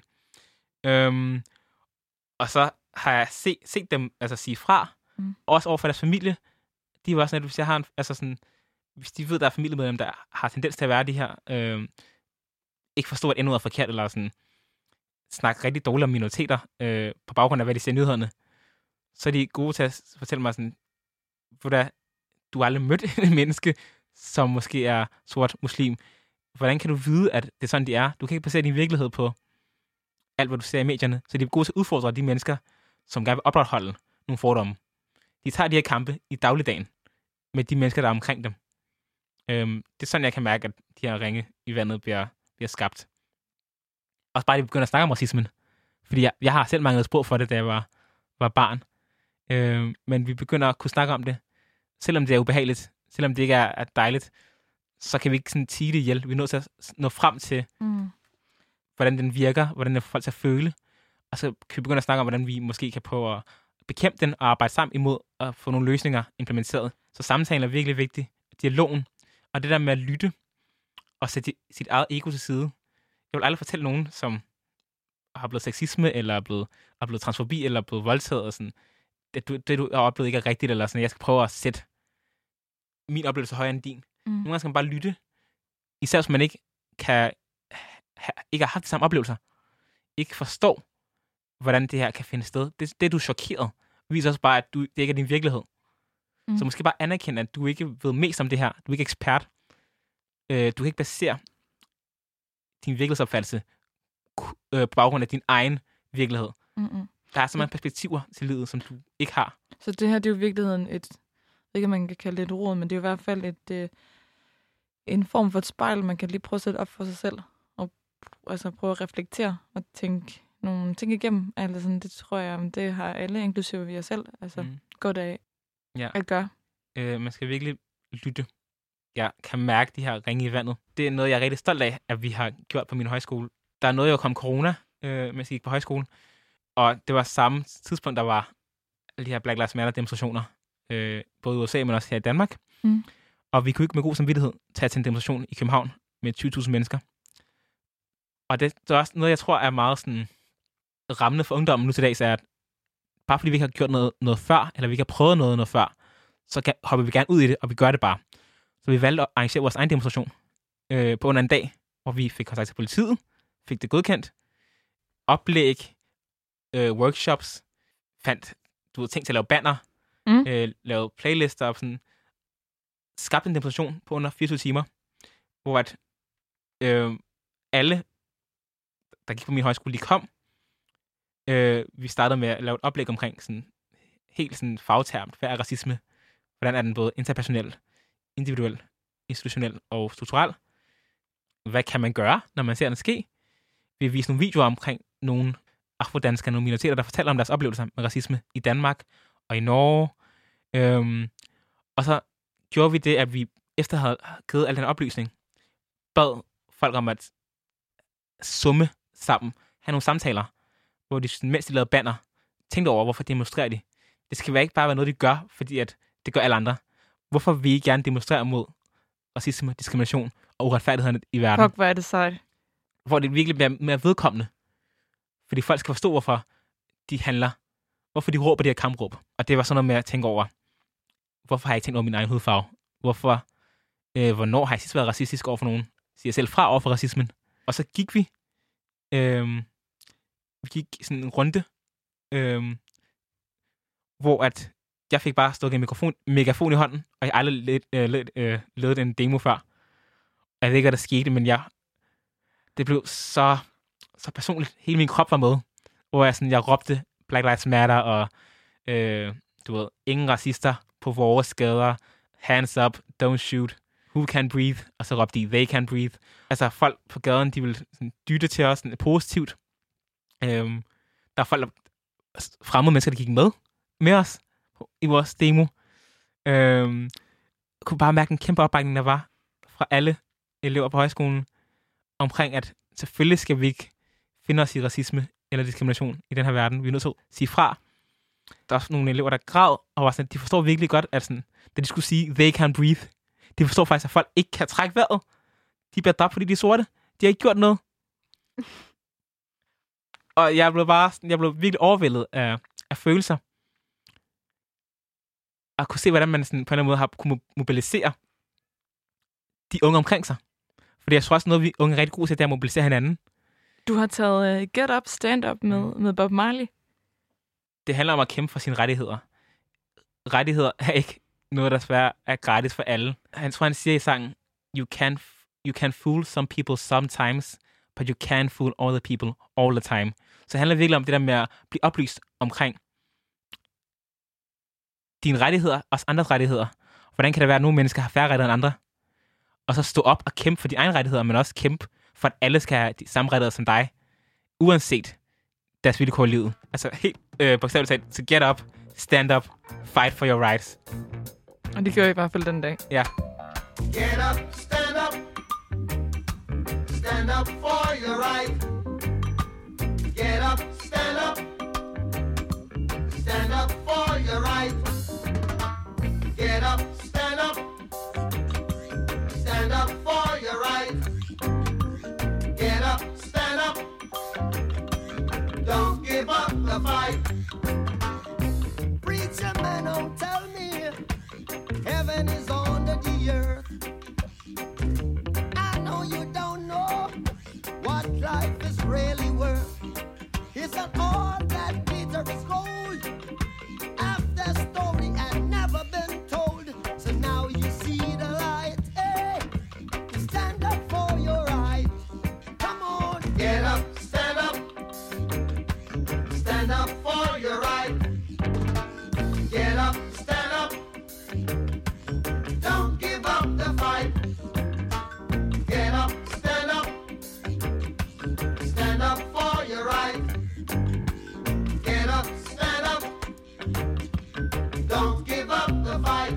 Og så har jeg set dem altså, sige fra, også over for deres familie. De var sådan, at hvis jeg har hvis de ved, der er familiemedlemmer, der har tendens til at være de her, ikke forstå, at endnu er forkert, eller sådan, snakke rigtig dårligt om minoriteter, på baggrund af, hvad de ser i nyhederne, så er de gode til at fortælle mig sådan, du har aldrig mødt et menneske, som måske er sort muslim. Hvordan kan du vide, at det er sådan, de er? Du kan ikke basere din virkelighed på alt, hvad du ser i medierne. Så de er gode til at udfordre de mennesker, som gerne vil opretholde nogle fordomme. De tager de her kampe i dagligdagen med de mennesker, der er omkring dem. Det er sådan, jeg kan mærke, at de her ringe i vandet bliver skabt. Også bare, at de begynder at snakke om racismen. Fordi jeg har selv manglet sprog for det, da jeg var barn. Men vi begynder at kunne snakke om det. Selvom det er ubehageligt, selvom det ikke er dejligt, så kan vi ikke sådan tige det ihjel. Vi er nødt til at nå frem til, hvordan den virker, hvordan den får folk til at føle. Og så kan vi begynde at snakke om, hvordan vi måske kan prøve at bekæmpe den og arbejde sammen imod at få nogle løsninger implementeret. Så samtalen er virkelig vigtig. Dialogen. Og det der med at lytte og sætte sit eget ego til side. Jeg vil aldrig fortælle nogen, som har blevet sexisme, eller er blevet transfobi, eller er blevet voldtaget, og sådan, det du har oplevet ikke er rigtigt, eller sådan, jeg skal prøve at sætte min oplevelse højere end din. Nogle gange skal man bare lytte. Især hvis man ikke har haft de samme oplevelser. Ikke forstår, hvordan det her kan finde sted. Det du er chokeret, viser også bare, at det ikke er din virkelighed. Så måske bare anerkende, at du ikke ved mest om det her. Du er ikke ekspert. Du kan ikke basere din virkelighedsopfattelse på baggrund af din egen virkelighed. Der er så mange perspektiver til livet, som du ikke har. Så det her, det er jo i virkeligheden ikke, man kan kalde det et råd, men det er jo i hvert fald en form for et spejl, man kan lige prøve at sætte op for sig selv. Og altså prøve at reflektere og tænke nogle ting igennem. Altså sådan, det tror jeg, det har alle, inklusive vi os selv, altså godt af at gøre. Man skal virkelig lytte. Jeg kan mærke de her ringe i vandet. Det er noget, jeg er rigtig stolt af, at vi har gjort på min højskole. Der er noget, jeg kom corona, mens jeg gik på højskole. Og det var samme tidspunkt, der var de her Black Lives Matter demonstrationer. Både i USA, men også her i Danmark. Og vi kunne ikke med god samvittighed tage til en demonstration i København med 20.000 mennesker. Og det er også noget, jeg tror er meget sådan rammende for ungdommen nu til dags, er, at bare fordi vi ikke har gjort noget før, eller vi ikke har prøvet noget før, så hopper vi gerne ud i det, og vi gør det bare. Så vi valgte at arrangere vores egen demonstration på under en dag, hvor vi fik kontakt til politiet, fik det godkendt, oplæg, workshops, fandt ting til at lave banner, lavede playlister og sådan, skabte en demonstration på under 24 timer, hvor at alle, der gik på min højskole, de kom. Vi startede med at lave et oplæg omkring sådan, helt sådan fagtermt, hvad er racisme, hvordan er den både interpersonel, individuel, institutionel og strukturel. Hvad kan man gøre, når man ser den ske? Vi viste nogle videoer omkring nogle afrodanskere, nogle minoriteter, der fortæller om deres oplevelser med racisme i Danmark og i Norge. Og så gjorde vi det, at vi efter havde givet al den oplysning, bad folk om at summe sammen, have nogle samtaler, hvor de, mens de lavede banner, tænkte over, hvorfor demonstrerer de. Det skal ikke bare være noget, de gør, fordi at det gør alle andre. Hvorfor vil I gerne demonstrere mod racisme, diskrimination og uretfærdigheden i verden? Fuck, hvor er det sejt. Hvor det virkelig bliver mere vedkommende. Fordi folk skal forstå, hvorfor de handler. Hvorfor de råber de her kampråb. Og det var sådan noget med at tænke over, hvorfor har jeg ikke tænkt over min egen hudfarve? Hvornår har jeg sidst været racistisk over for nogen? Siger jeg selv fra over for racismen. Og så gik vi sådan en runde, hvor at jeg fik bare stukket en megafon i hånden, og jeg aldrig lavet en demo før. Jeg ved ikke, hvad der skete, men det blev så personligt. Hele min krop var med, hvor jeg råbte Black Lives Matter, og ingen racister på vores gader, hands up, don't shoot, who can breathe, og så råbte de, they can breathe. Altså folk på gaden, de ville sådan dytte til os sådan positivt. Der er folk, fremmede mennesker, der gik med os i vores demo. Kunne bare mærke en kæmpe opbakning, der var fra alle elever på højskolen, omkring at selvfølgelig skal vi ikke finde os i racisme eller diskrimination i den her verden. Vi er nødt til at sige fra. Der er også nogle elever, der græd, og var sådan, de forstår virkelig godt, at sådan, da de skulle sige, they can breathe, de forstår faktisk, at folk ikke kan trække vejret. De bliver dræbt, fordi de er sorte. De har ikke gjort noget. Og jeg blev virkelig overvældet af følelser. Og kunne se, hvordan man sådan, på en eller anden måde har kunne mobilisere de unge omkring sig. Fordi jeg tror også, noget vi unge er rigtig gode til, det er at mobilisere hinanden. Du har taget Get Up, Stand Up med Bob Marley. Det handler om at kæmpe for sine rettigheder. Rettigheder er ikke noget, der svært er gratis for alle. Han siger i sangen, you can fool some people sometimes, but you can't fool all the people all the time. Så det handler virkelig om det der med at blive oplyst omkring dine rettigheder, også andres rettigheder. Hvordan kan det være, at nogle mennesker har færre rettigheder end andre? Og så stå op og kæmpe for dine egne rettigheder, men også kæmpe for, at alle skal have de samme rettigheder som dig, uanset deres vilkår i livet. Altså helt bogstaveligt talt, så get up, stand up, fight for your rights. Og det gjorde jeg i hvert fald den dag. Ja. Get up, stand up. Stand up for your right. Get up, stand up. Stand up for your right. Get up, stand up. Stand up for your right. Get up, stand up. Don't give up the fight. Preacher man, don't tell me heaven is under the earth. I know you don't know what life is really worth. It's not all that glitter is gold. After story had never been told, so now you see the light. Hey, stand up for your right. Come on, get up, stand up. Stand up for your right. Get up, stand up. Don't give up the fight. Get up, stand up. Stand up for your right. Get up, stand up. Don't give up the fight.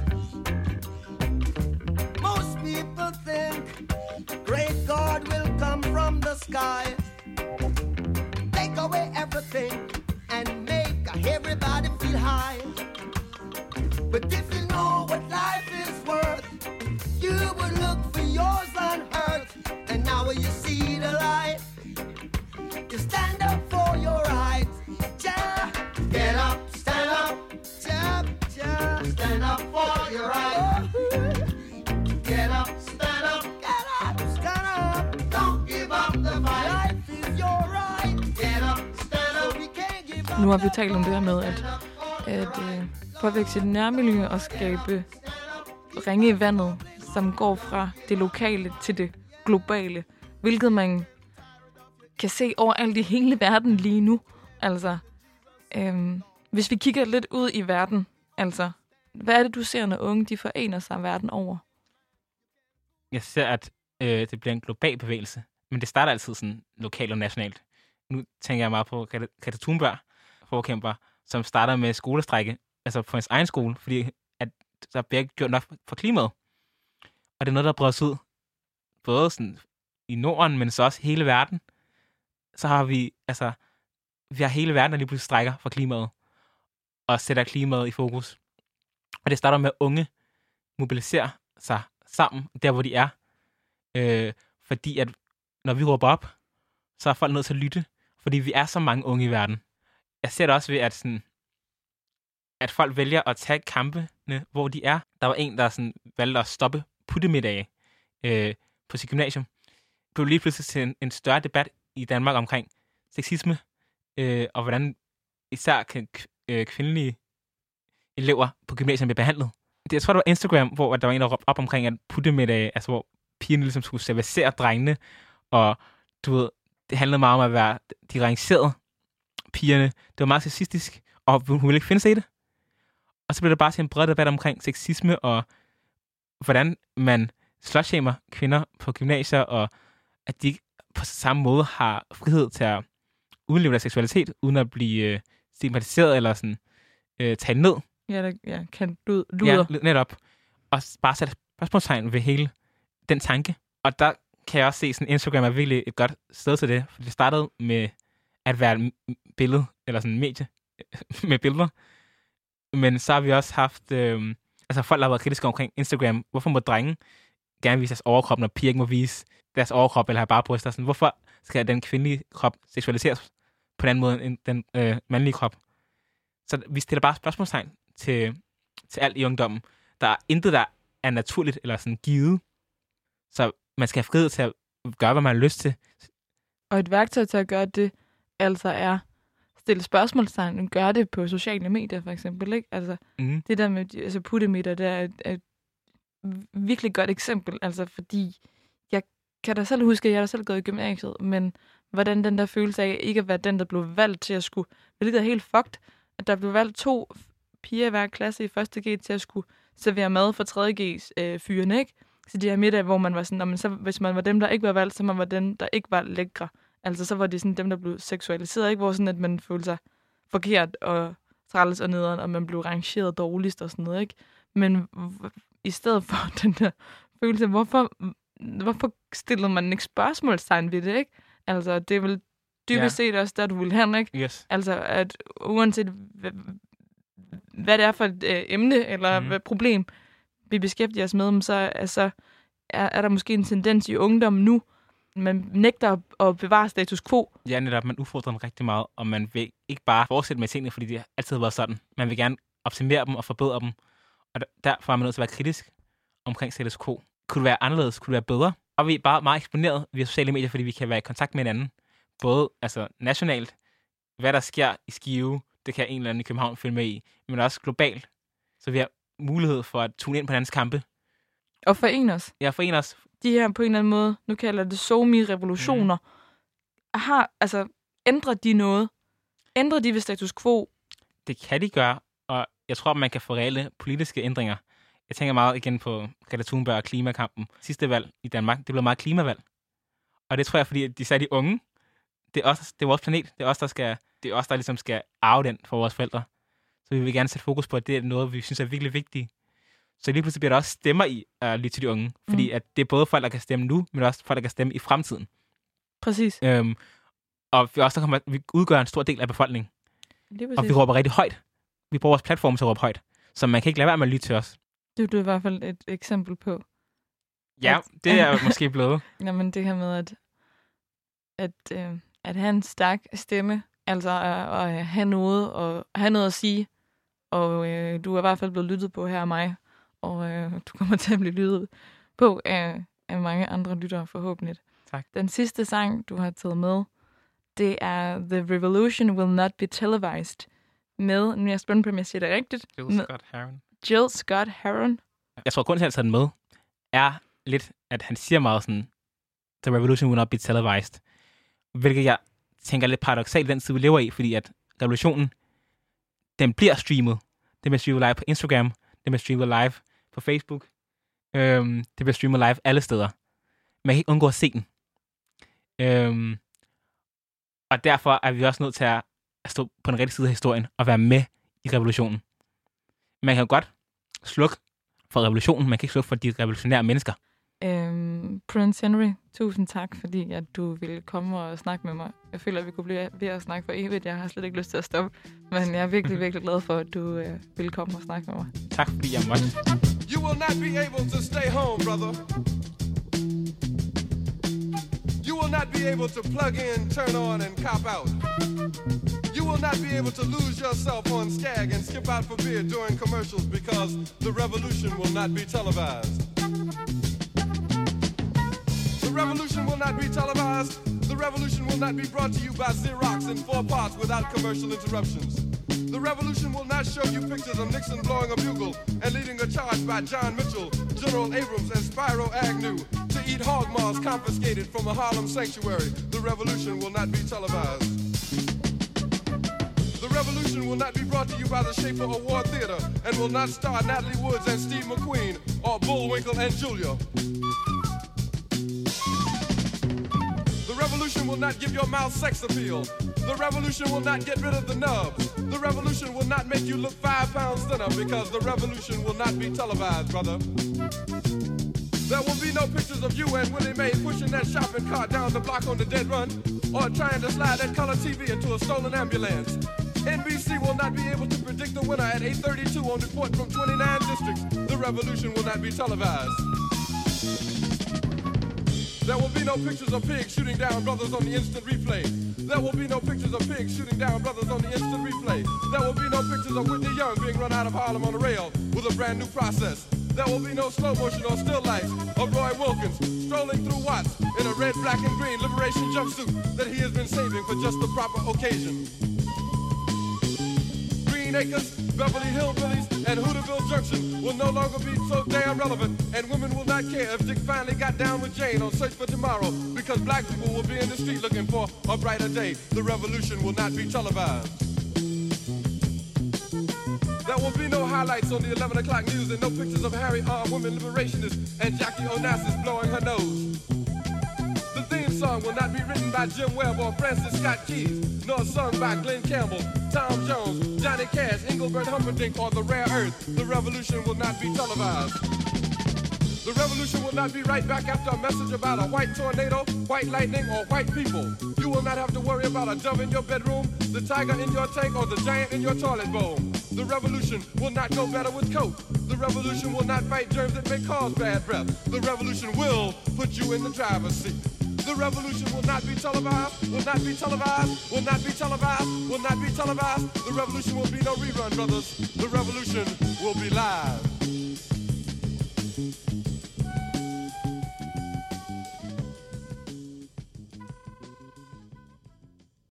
Most people think great God will come from the sky, take away everything and make everybody feel high. But if you know what life is worth, you would look for yours on earth. And now you see the light, you stand up for your rights. Yeah. Get up, stand up. Yeah, yeah. Stand up for your rights. Get up, stand up. Get up, stand up. Don't give up the fight. Life is your right. Get up, stand up. So we can't give up. Nu har vi talt om det her med, at påvirke sit nærmiljø og skabe ringe i vandet, som går fra det lokale til det globale, hvilket man kan se overalt i hele verden lige nu. Altså, hvis vi kigger lidt ud i verden, altså, hvad er det, du ser, når unge de forener sig verden over? Jeg ser, at det bliver en global bevægelse, men det starter altid sådan lokalt og nationalt. Nu tænker jeg meget på Greta Thunberg, forkæmper, som starter med skolestrække, altså på hans egen skole, fordi at der bliver ikke gjort nok for klimaet. Og det er noget, der breder sig ud, både sådan i Norden, men så også hele verden. Så har vi har hele verden, der lige pludselig strækker for klimaet, og sætter klimaet i fokus. Og det starter med, at unge mobiliserer sig sammen, der hvor de er. Fordi at når vi råber op, så er folk nødt til at lytte. Fordi vi er så mange unge i verden. Jeg ser det også ved, at folk vælger at tage kampene, hvor de er. Der var en, der sådan valgte at stoppe puttemiddage på sit gymnasium. Det blev lige pludselig til en større debat i Danmark omkring sexisme, og hvordan især kvindelige elever på gymnasiet bliver behandlet. Jeg tror, det var Instagram, hvor der var en, der råbte op omkring, at puttemiddage, altså hvor pigerne ligesom skulle servicere drengene, og du ved, det handlede meget om at være de rangerede pigerne. Det var meget sexistisk, og hun ville ikke finde sig i det. Og så blev det bare til en bred debat omkring sexisme, og hvordan man slutshamer kvinder på gymnasier, og at de på samme måde har frihed til at udleve deres seksualitet, uden at blive stigmatiseret eller sådan talt ned. Ja, kan luder. Ja, netop. Og bare sætte spørgsmålstegn ved hele den tanke. Og der kan jeg også se, at Instagram er virkelig et godt sted til det. For det startede med at være et billede, eller sådan en medie med billeder. Men så har vi også haft folk, der har været kritiske omkring Instagram. Hvorfor må drenge gerne vise deres overkrop, når piger ikke må vise deres overkrop, eller have bare bryster? Sådan, hvorfor skal den kvindelige krop seksualiseres på en anden måde end den mandlige krop? Så vi stiller bare spørgsmålstegn til alt i ungdommen. Der er intet, der er naturligt eller sådan givet. Så man skal have frihed til at gøre, hvad man har lyst til. Og et værktøj til at gøre det, altså er stille spørgsmålstegn, og gøre det på sociale medier, for eksempel. Ikke? Altså, det der med puttemitter, det er et virkelig godt eksempel. Altså, fordi jeg kan da selv huske, at jeg har selv gået i gymnasiet, men hvordan den der følelse af ikke at være den, der blev valgt til at skulle... Det er helt fucked, at der blev valgt 2 piger i hver klasse i 1. G til at skulle servere mad for 3. G's fyrene, ikke? Så de her middag, hvor man var sådan, så, hvis man var dem, der ikke var valgt, så man var dem, der ikke var lækre. Altså, så var det sådan dem, der blev seksualiseret, ikke? Hvor sådan, at man følte sig forkert og træls og nederen, og man blev rangeret dårligst og sådan noget, ikke? Men i stedet for den der følelse, hvorfor stillede man ikke spørgsmålstegn ved det, ikke? Altså, det er vel dybest set også der, du vil hen, ikke? Yes. Altså, at uanset hvad det er for et emne eller hvad problem vi beskæftiger os med, så er der måske en tendens i ungdommen nu, man nægter at bevare status quo. Ja, netop. Man udfordrer dem rigtig meget, og man vil ikke bare fortsætte med tingene, fordi de altid har været sådan. Man vil gerne optimere dem og forbedre dem, og derfor er man nødt til at være kritisk omkring status quo. Kunne det være anderledes? Kunne det være bedre? Og vi er bare meget eksponeret via sociale medier, fordi vi kan være i kontakt med hinanden. Både altså nationalt, hvad der sker i Skive, det kan en eller anden i København følge med i, men også globalt. Så vi har mulighed for at tune ind på hinandens kampe. Og forene os. Ja, forene os. De her på en eller anden måde, nu kalder det SoMe-revolutioner, ændrer de noget? Ændrer de ved status quo? Det kan de gøre, og jeg tror, man kan få reelle politiske ændringer. Jeg tænker meget igen på Greta Thunberg og klimakampen. Sidste valg i Danmark, det blev meget klimavalg. Og det tror jeg, fordi de sagde de unge, det er vores planet, det er os, der ligesom skal arve den for vores forældre. Så vi vil gerne sætte fokus på, at det er noget, vi synes er virkelig vigtigt. Så lige pludselig bliver der også stemmer i at lytte til de unge. Fordi at det er både folk, der kan stemme nu, men også folk, der kan stemme i fremtiden. Præcis. Og vi udgør en stor del af befolkningen. Og vi råber rigtig højt. Vi bruger vores platform til at råbe højt. Så man kan ikke lade være med at lytte til os. Det er i hvert fald et eksempel på. Ja, det er måske blevet. Jamen det her med, at have en stærk stemme, altså at have noget at sige, og du er i hvert fald blevet lyttet på her af mig, og du kommer til at blive lyttet på af mange andre lyttere forhåbentlig. Tak. Den sidste sang, du har taget med, det er The Revolution Will Not Be Televised, med, nu er jeg spændt på, om jeg siger det rigtigt, Jill Scott Heron. Jeg tror, grunden til, at jeg har taget den med, er lidt, at han siger meget sådan, The Revolution Will Not Be Televised, hvilket jeg tænker lidt paradoksalt den tid, vi lever i, fordi at revolutionen, den bliver streamet. Det bliver streamet live på Instagram, det bliver streamet live på Facebook, det bliver streamet live alle steder. Man kan ikke undgå at se den. Og derfor er vi også nødt til at stå på den rigtige side af historien og være med i revolutionen. Man kan jo godt slukke for revolutionen, man kan ikke slukke for de revolutionære mennesker. Prince Henry, tusind tak, fordi at du ville komme og snakke med mig. Jeg føler, at vi kunne blive ved at snakke for evigt. Jeg har slet ikke lyst til at stoppe, men jeg er virkelig, virkelig glad for, at du ville komme og snakke med mig. Tak, fordi jeg måtte. You will not be able to stay home, brother. You will not be able to plug in, turn on, and cop out. You will not be able to lose yourself on Skag and skip out for beer during commercials because the revolution will not be televised. The revolution will not be televised. The revolution will not be brought to you by Xerox in 4 parts without commercial interruptions. The revolution will not show you pictures of Nixon blowing a bugle and leading a charge by John Mitchell, General Abrams, and Spyro Agnew to eat hog maws confiscated from a Harlem sanctuary. The revolution will not be televised. The revolution will not be brought to you by the Schaefer Award Theater and will not star Natalie Woods and Steve McQueen or Bullwinkle and Julia. The revolution will not give your mouth sex appeal. The revolution will not get rid of the nubs. The revolution will not make you look 5 pounds thinner because the revolution will not be televised, brother. There will be no pictures of you and Willie Mae pushing that shopping cart down the block on the dead run or trying to slide that color TV into a stolen ambulance. NBC will not be able to predict the winner at 8:32 on report from 29 districts. The revolution will not be televised. There will be no pictures of pigs shooting down brothers on the instant replay. There will be no pictures of pigs shooting down brothers on the instant replay. There will be no pictures of Whitney Young being run out of Harlem on a rail with a brand new process. There will be no slow motion or still life of Roy Wilkins strolling through Watts in a red, black, and green liberation jumpsuit that he has been saving for just the proper occasion. Green Acres, Beverly Hillbillies, and Hooterville Junction will no longer be so damn relevant, and women will not care if Dick finally got down with Jane on Search for Tomorrow, because black people will be in the street looking for a brighter day. The revolution will not be televised. There will be no highlights on the 11 o'clock news and no pictures of Harry armed women liberationists and Jackie Onassis blowing her nose. The theme song will not be written by Jim Webb or Francis Scott Keys, nor sung by Glenn Campbell, Tom Jones, Johnny Cash, Engelbert Humperdinck, or The Rare Earth. The revolution will not be televised. The revolution will not be right back after a message about a white tornado, white lightning, or white people. You will not have to worry about a dove in your bedroom, the tiger in your tank, or the giant in your toilet bowl. The revolution will not go better with coke. The revolution will not fight germs that may cause bad breath. The revolution will put you in the driver's seat. The revolution will not be televised, will not be televised, will not be televised, will not be televised. The revolution will be no rerun, brothers. The revolution will be live.